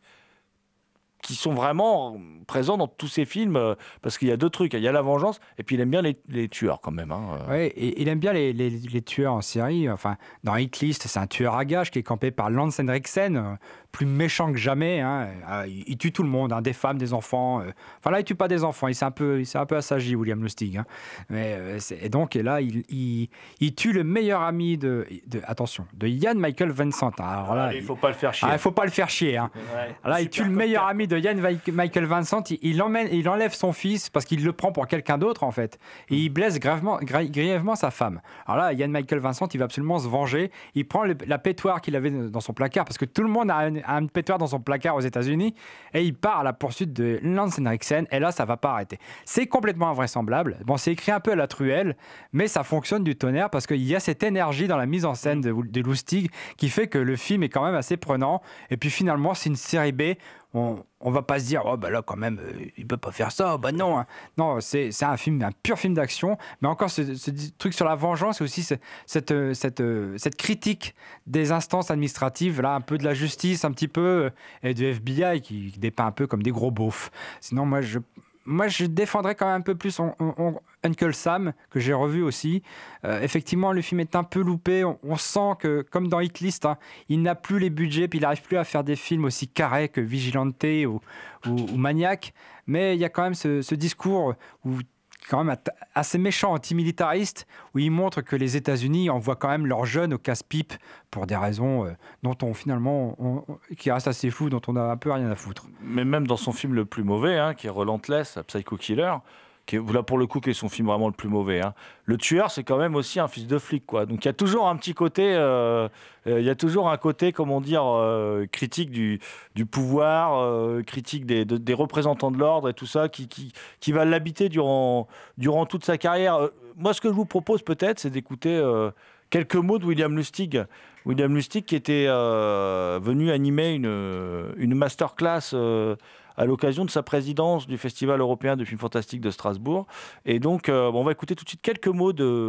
Speaker 3: qui sont vraiment présents dans tous ces films, euh, parce qu'il y a deux trucs. Il y a la vengeance, et puis il aime bien les, les tueurs quand même, hein. Euh,
Speaker 6: Ouais, et il aime bien les, les- les tueurs en série. Enfin, dans Hit List, c'est un tueur à gages qui est campé par Lance Henriksen, euh, plus méchant que jamais, hein. Ah, il, il tue tout le monde, hein, des femmes, des enfants. euh. Enfin là, il tue pas des enfants. Il s'est un peu, il s'est un peu assagi, William Lustig, hein. Mais euh, c'est- et donc, et là, il, il, il tue le meilleur ami de, de attention, de Ian Michael Vincent. Alors là,
Speaker 3: il faut pas le faire chier.
Speaker 6: ah, il faut pas le faire chier, hein.
Speaker 3: Ouais.
Speaker 6: Là, il
Speaker 3: Super
Speaker 6: tue le
Speaker 3: top
Speaker 6: meilleur
Speaker 3: quatre.
Speaker 6: ami de Ian Vai- Michael Vincent. Il, il, emmène, il enlève son fils parce qu'il le prend pour quelqu'un d'autre, en fait. Et il blesse gravement, gra- grièvement sa femme. Alors là, Ian Michael Vincent, il va absolument se venger. Il prend le- la pétoire qu'il avait dans son placard, parce que tout le monde a une, a une pétoire dans son placard aux États-Unis. Et il part à la poursuite de Lance Henriksen. Et là, ça va pas arrêter. C'est complètement invraisemblable. Bon, c'est écrit un peu à la truelle, mais ça fonctionne du tonnerre parce qu'il y a cette énergie dans la mise en scène de, de Lustig qui fait que le film est quand même assez prenant. Et puis finalement, c'est une série B. On, on va pas se dire, oh bah là quand même, euh, il peut pas faire ça. Bah non, hein. Non, c'est c'est un film, un pur film d'action. Mais encore, ce, ce truc sur la vengeance, c'est aussi ce- cette, euh, cette, euh, cette critique des instances administratives, là, un peu de la justice, un petit peu, euh, et du F B I qui, qui dépeint un peu comme des gros beaufs. Sinon, moi, je. Moi, je défendrais quand même un peu plus on- on- on- Uncle Sam, que j'ai revu aussi. Euh, effectivement, le film est un peu loupé. On, on sent que, comme dans Hit List, hein, il n'a plus les budgets, puis il n'arrive plus à faire des films aussi carrés que Vigilante ou, ou, ou Maniac. Mais il y a quand même ce, ce discours où quand même at- assez méchant, antimilitariste, où il montre que les États-Unis envoient quand même leurs jeunes au casse-pipe pour des raisons euh, dont on finalement, on- on- qui restent assez floues, dont on a un peu rien à foutre.
Speaker 3: Mais même dans son film le plus mauvais, hein, qui est Relentless, Psycho Killer, qui est là pour le coup qui est son film vraiment le plus mauvais, hein. Le tueur, c'est quand même aussi un fils de flic, quoi. Donc il y a toujours un petit côté, euh, euh, il y a toujours un côté, comment dire, euh, critique du, du pouvoir, euh, critique des, de- des représentants de l'ordre et tout ça, qui, qui, qui va l'habiter durant, durant toute sa carrière. Euh, Moi, ce que je vous propose peut-être, c'est d'écouter euh, quelques mots de William Lustig. William Lustig qui était euh, venu animer une, une masterclass euh, à l'occasion de sa présidence du Festival européen de films fantastiques de Strasbourg. Et donc, euh, bon, on va écouter tout de suite quelques mots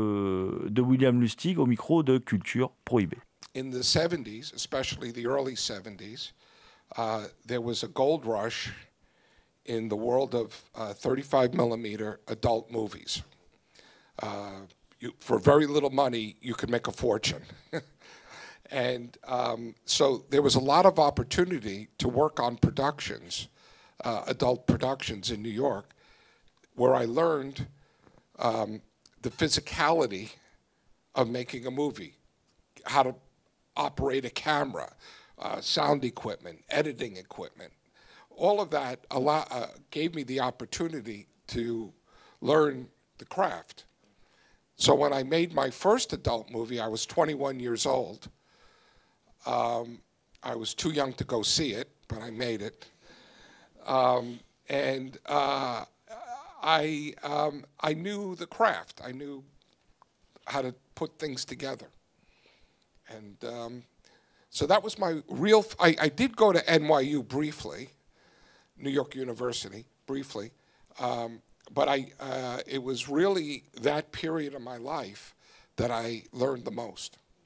Speaker 3: de, de William Lustig au micro de Culture Prohibée.
Speaker 10: In the seventies, especially the early seventies, uh, there was a gold rush in the world of uh, thirty-five millimeter adult movies. Uh, you, for very little money, you could make a fortune. And um, so there was a lot of opportunity to work on productions, uh, adult productions in New York, where I learned um, the physicality of making a movie, how to operate a camera, uh, sound equipment, editing equipment. All of that allow, uh, gave me the opportunity to learn the craft. So when I made my first adult movie, I was twenty-one years old. Um, I was too young to go see it, but I made it. Um, and uh, I, um, I knew the craft. I knew how to put things together. And um, so that was my real, f- I, I did go to N Y U briefly, New York University, briefly. Um, but I, uh, it was really that period of my life that I learned the most.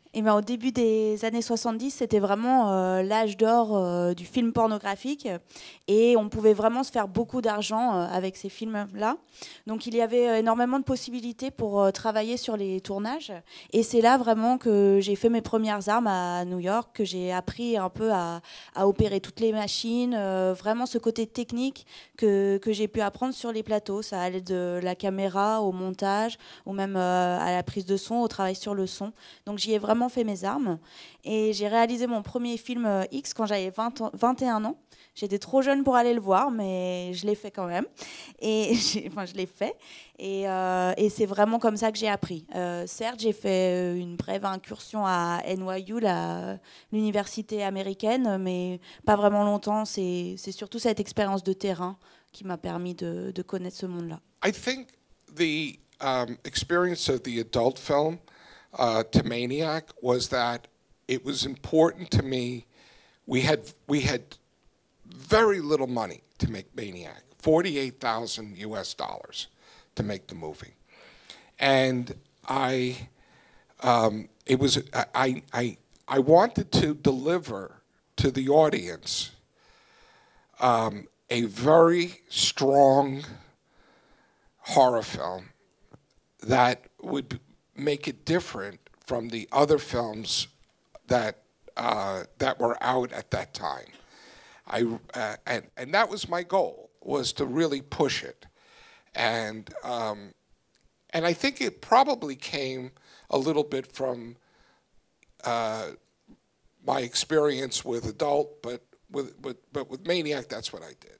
Speaker 11: Et ben, au début des années soixante-dix, c'était vraiment euh, l'âge d'or euh, du film pornographique et on pouvait vraiment se faire beaucoup d'argent euh, avec ces films-là. Donc il y avait euh, énormément de possibilités pour euh, travailler sur les tournages et c'est là vraiment que j'ai fait mes premières armes à New York, que j'ai appris un peu à, à opérer toutes les machines, euh, vraiment ce côté technique que, que j'ai pu apprendre sur les plateaux. Ça allait de la caméra au montage ou même euh, à la prise de son, au travail sur le son. Donc j'y ai vraiment fait mes armes et j'ai réalisé mon premier film euh, X quand j'avais vingt, vingt et un ans. J'étais trop jeune pour aller le voir, mais je l'ai fait quand même. Et enfin, je l'ai fait. Et, euh, et c'est vraiment comme ça que j'ai appris. Euh, certes, j'ai fait une brève incursion à N Y U, la, l'université américaine, mais pas vraiment longtemps. C'est, c'est surtout cette expérience de terrain qui m'a permis de, de connaître ce monde-là.
Speaker 10: I think the um, experience of the adult film uh, to Maniac was that it was important to me. We had we had very little money to make Maniac, forty-eight thousand U S dollars to make the movie, and I, um, it was I I I wanted to deliver to the audience um, a very strong horror film that would make it different from the other films that uh, that were out at that time. I uh, and and that was my goal, was to really push it, and um, and I think it probably came a little bit from uh, my experience with adult, but with, with but with Maniac, that's what I did.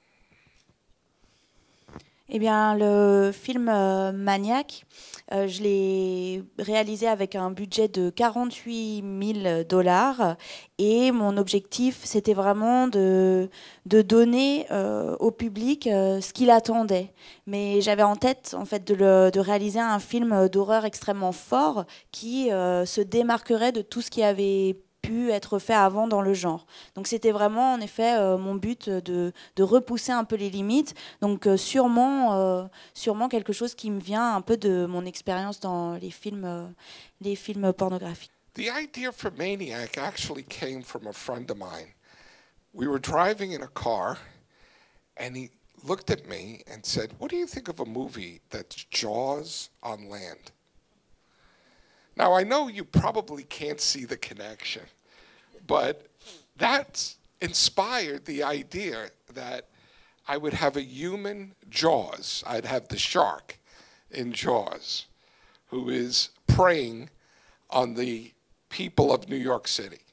Speaker 11: Eh bien, le film euh, Maniac, euh, je l'ai réalisé avec un budget de quarante-huit mille dollars et mon objectif, c'était vraiment de, de donner euh, au public euh, ce qu'il attendait. Mais j'avais en tête, en fait, de, le, de réaliser un film d'horreur extrêmement fort qui euh, se démarquerait de tout ce qui avait pu être fait avant dans le genre. Donc c'était vraiment en effet euh, mon but de, de repousser un peu les limites. Donc euh, sûrement, euh, sûrement quelque chose qui me vient un peu de mon expérience dans les films, euh, les films pornographiques.
Speaker 10: The idea for Maniac actually came from a friend of mine. We were driving in a car and he looked at me and said, "What do you think of a movie that's Jaws on land?" Now, I know you probably can't see the connection, but that inspired the idea that I would have a human Jaws. I'd have the shark in Jaws who is preying on the people of New York City.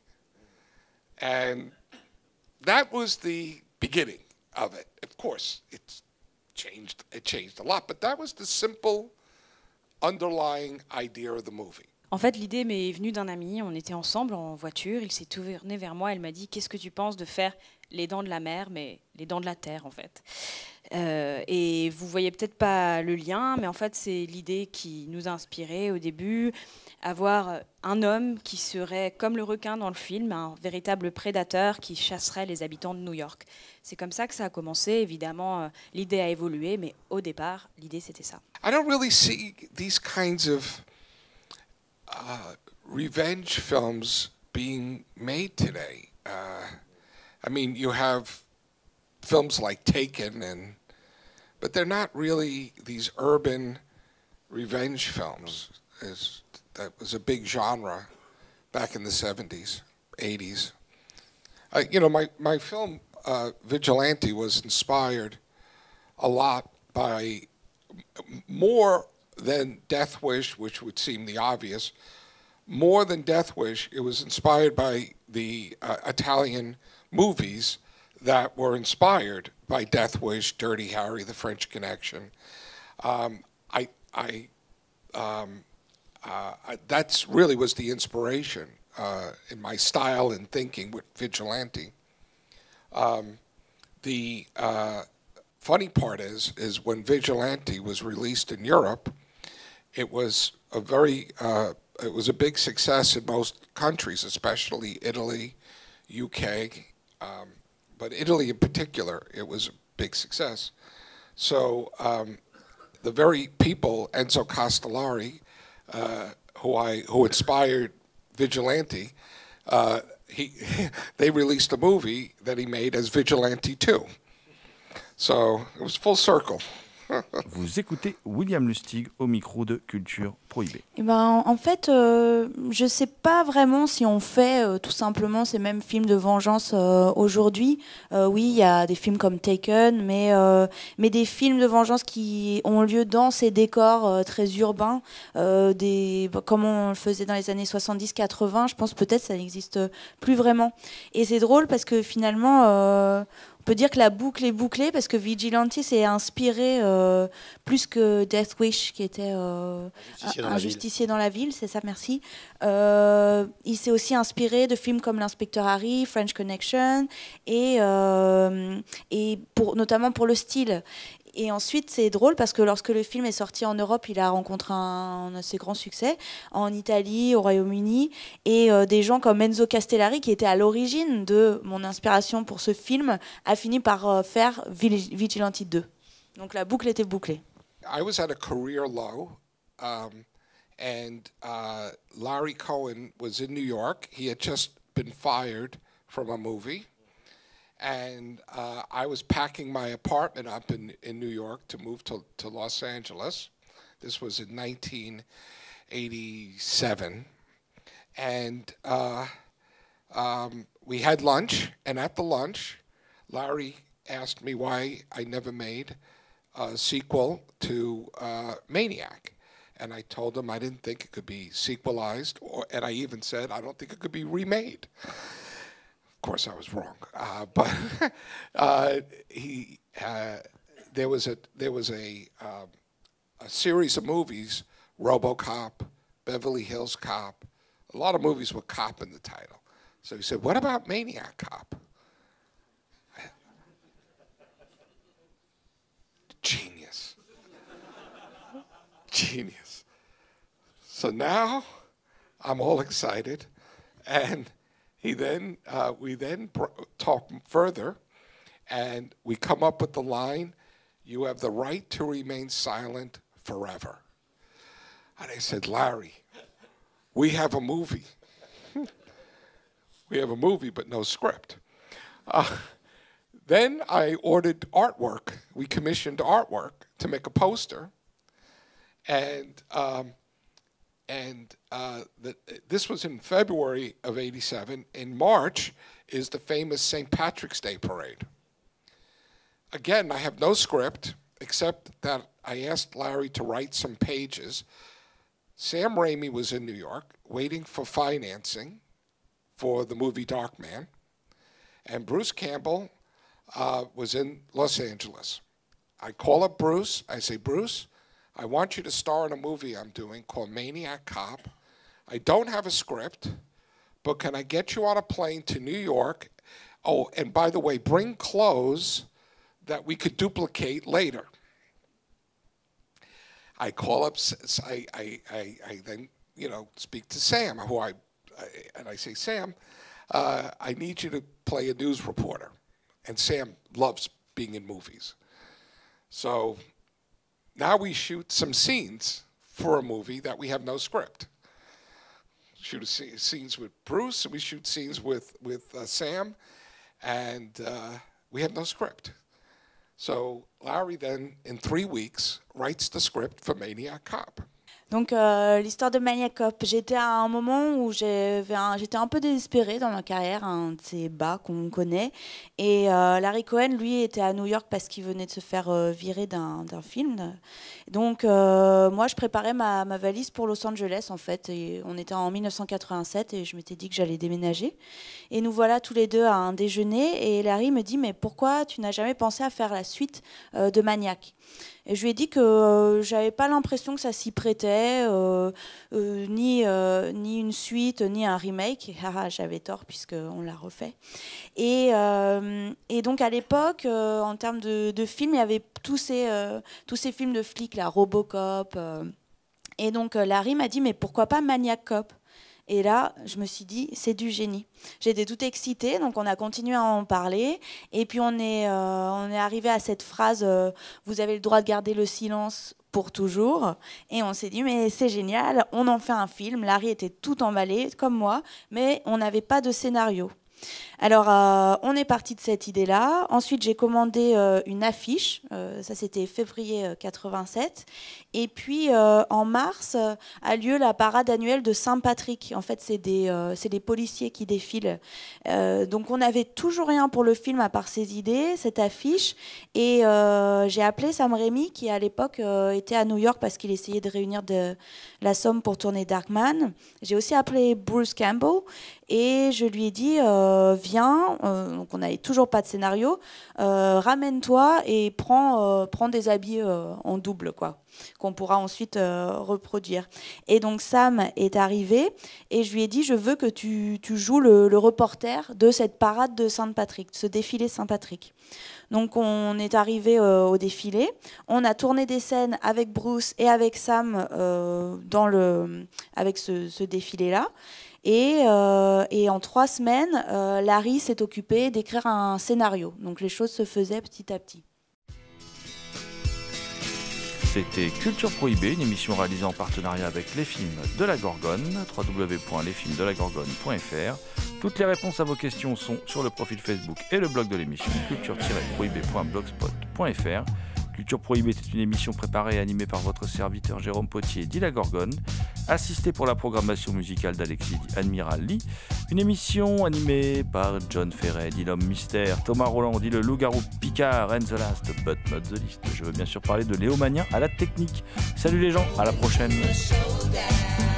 Speaker 10: And that was the beginning of it. Of course, it's changed, it changed a lot, but that was the simple underlying idea of the movie.
Speaker 12: En fait, l'idée m'est venue d'un ami. On était ensemble en voiture. Il s'est tourné vers moi. Il m'a dit « Qu'est-ce que tu penses de faire les dents de la mer, mais les dents de la terre, en fait ?» euh, Et vous voyez peut-être pas le lien, mais en fait, c'est l'idée qui nous a inspiré au début. Avoir un homme qui serait comme le requin dans le film, un véritable prédateur qui chasserait les habitants de New York. C'est comme ça que ça a commencé. Évidemment, euh, l'idée a évolué, mais au départ, l'idée, c'était ça.
Speaker 10: I don't really see these kinds of Uh, revenge films being made today. Uh, I mean, you have films like Taken, and but they're not really these urban revenge films. Is that was a big genre back in the seventies, eighties. Uh, you know, my my film uh, Vigilante was inspired a lot by more than Death Wish, which would seem the obvious. More than Death Wish, it was inspired by the uh, Italian movies that were inspired by Death Wish, Dirty Harry, The French Connection. Um, I, I, um, uh, I, that's really was the inspiration uh, in my style and thinking with Vigilante. Um, the uh, funny part is, is when Vigilante was released in Europe, it was a very, uh, it was a big success in most countries, especially Italy, U K, um, but Italy in particular, it was a big success. So um, the very people, Enzo Castellari, uh, who I who inspired Vigilante, uh, he they released a movie that he made as Vigilante two. So it was full circle.
Speaker 3: Vous écoutez William Lustig au micro de Culture Prohibée.
Speaker 11: Eh ben, en fait, euh, je ne sais pas vraiment si on fait euh, tout simplement ces mêmes films de vengeance euh, aujourd'hui. Euh, oui, il y a des films comme Taken, mais, euh, mais des films de vengeance qui ont lieu dans ces décors euh, très urbains, euh, des, comme on le faisait dans les années soixante-dix quatre-vingts, je pense peut-être ça n'existe plus vraiment. Et c'est drôle parce que finalement... Euh, on peut dire que la boucle est bouclée parce que Vigilante s'est inspiré euh, plus que Death Wish, qui était euh,
Speaker 2: Justicier dans
Speaker 11: un
Speaker 2: la
Speaker 11: justicier dans la ville, c'est ça, merci. Euh, il s'est aussi inspiré de films comme L'Inspecteur Harry, French Connection, et, euh, et pour, notamment pour le style. Et ensuite, c'est drôle parce que lorsque le film est sorti en Europe, il a rencontré un, un assez grand succès en Italie, au Royaume-Uni, et euh, des gens comme Enzo Castellari, qui était à l'origine de mon inspiration pour ce film, a fini par euh, faire Vigilante deux. Donc la boucle était bouclée.
Speaker 10: I was at a career low, um, and uh, Larry Cohen was in New York. He had just been fired from a movie. And uh, I was packing my apartment up in, in New York to move to, to Los Angeles. This was in nineteen eighty-seven. And uh, um, we had lunch, and at the lunch, Larry asked me why I never made a sequel to uh, Maniac. And I told him I didn't think it could be sequelized, or, and I even said I don't think it could be remade. Of course, I was wrong, uh, but uh, he uh, there was a there was a uh, a series of movies, RoboCop, Beverly Hills Cop, a lot of movies with cop in the title. So he said, "What about Maniac Cop?" Genius, genius. So now I'm all excited, and. He then, uh, we then br- talk further, and we come up with the line, "You have the right to remain silent forever." And I said, "Larry, we have a movie. We have a movie, but no script." Uh, then I ordered artwork. We commissioned artwork to make a poster, and um, And uh, the, this was in February of eighty-seven. In March is the famous Saint Patrick's Day parade. Again, I have no script, except that I asked Larry to write some pages. Sam Raimi was in New York, waiting for financing for the movie Darkman. And Bruce Campbell uh, was in Los Angeles. I call up Bruce. I say, "Bruce, I want you to star in a movie I'm doing called Maniac Cop. I don't have a script, but can I get you on a plane to New York? Oh, and by the way, bring clothes that we could duplicate later." I call up, I, I, I, I then, you know, speak to Sam, who I, I and I say, "Sam, uh, I need you to play a news reporter." And Sam loves being in movies. So now we shoot some scenes for a movie that we have no script. Shoot a scene, scenes with Bruce, and we shoot scenes with, with uh, Sam, and uh, we have no script. So Larry then, in three weeks, writes the script for Maniac Cop.
Speaker 11: Donc euh, l'histoire de Maniac Cop, j'étais à un moment où j'avais un, j'étais un peu désespérée dans ma carrière, un de ces bas qu'on connaît. Et euh, Larry Cohen, lui, était à New York parce qu'il venait de se faire euh, virer d'un, d'un film. Donc euh, moi, je préparais ma, ma valise pour Los Angeles, en fait. Et on était en dix-neuf cent quatre-vingt-sept et je m'étais dit que j'allais déménager. Et nous voilà tous les deux à un déjeuner. Et Larry me dit, "Mais pourquoi tu n'as jamais pensé à faire la suite euh, de Maniac ?» Et je lui ai dit que euh, j'avais pas l'impression que ça s'y prêtait, euh, euh, ni, euh, ni une suite, ni un remake. Et, ah, j'avais tort puisqu'on l'a refait. Et, euh, et donc à l'époque, euh, en termes de, de films, il y avait tous ces, euh, tous ces films de flics, la Robocop. Euh, et donc euh, Larry m'a dit, "Mais pourquoi pas Maniac Cop ?» Et là, je me suis dit, c'est du génie. J'étais toute excitée, donc on a continué à en parler. Et puis on est, euh, on est arrivé à cette phrase euh, « Vous avez le droit de garder le silence pour toujours ». Et on s'est dit, mais c'est génial, on en fait un film. Larry était tout emballé, comme moi, mais on n'avait pas de scénario. Alors, euh, on est parti de cette idée-là. Ensuite, j'ai commandé euh, une affiche. Euh, ça, c'était février euh, quatre-vingt-sept. Et puis, euh, en mars, euh, a lieu la parade annuelle de Saint-Patrick. En fait, c'est des, euh, c'est des policiers qui défilent. Euh, donc, on n'avait toujours rien pour le film à part ces idées, cette affiche. Et euh, j'ai appelé Sam Raimi, qui à l'époque euh, était à New York parce qu'il essayait de réunir de la somme pour tourner Darkman. J'ai aussi appelé Bruce Campbell. Et je lui ai dit, euh, viens, euh, donc on n'avait toujours pas de scénario, euh, ramène-toi et prends, euh, prends des habits euh, en double, quoi, qu'on pourra ensuite euh, reproduire. Et donc Sam est arrivé et je lui ai dit, je veux que tu, tu joues le, le reporter de cette parade de Saint-Patrick, ce défilé Saint-Patrick. Donc on est arrivé euh, au défilé, on a tourné des scènes avec Bruce et avec Sam euh, dans le, avec ce, ce défilé-là. Et, euh, et en trois semaines, euh, Larry s'est occupé d'écrire un scénario. Donc les choses se faisaient petit à petit.
Speaker 3: C'était Culture Prohibée, une émission réalisée en partenariat avec Les Films de la Gorgone, w w w point les films de la gorgone point f r. Toutes les réponses à vos questions sont sur le profil Facebook et le blog de l'émission culture tiret prohibée point blogspot point f r. Culture Prohibée est une émission préparée et animée par votre serviteur Jérôme Potier, dit la Gorgone, assisté pour la programmation musicale d'Alexis Admiral Lee. Une émission animée par John Ferret, dit l'homme mystère, Thomas Roland, dit le loup-garou Picard, and the last but not the least. Je veux bien sûr parler de Léo Magnin à la technique. Salut les gens, à la prochaine.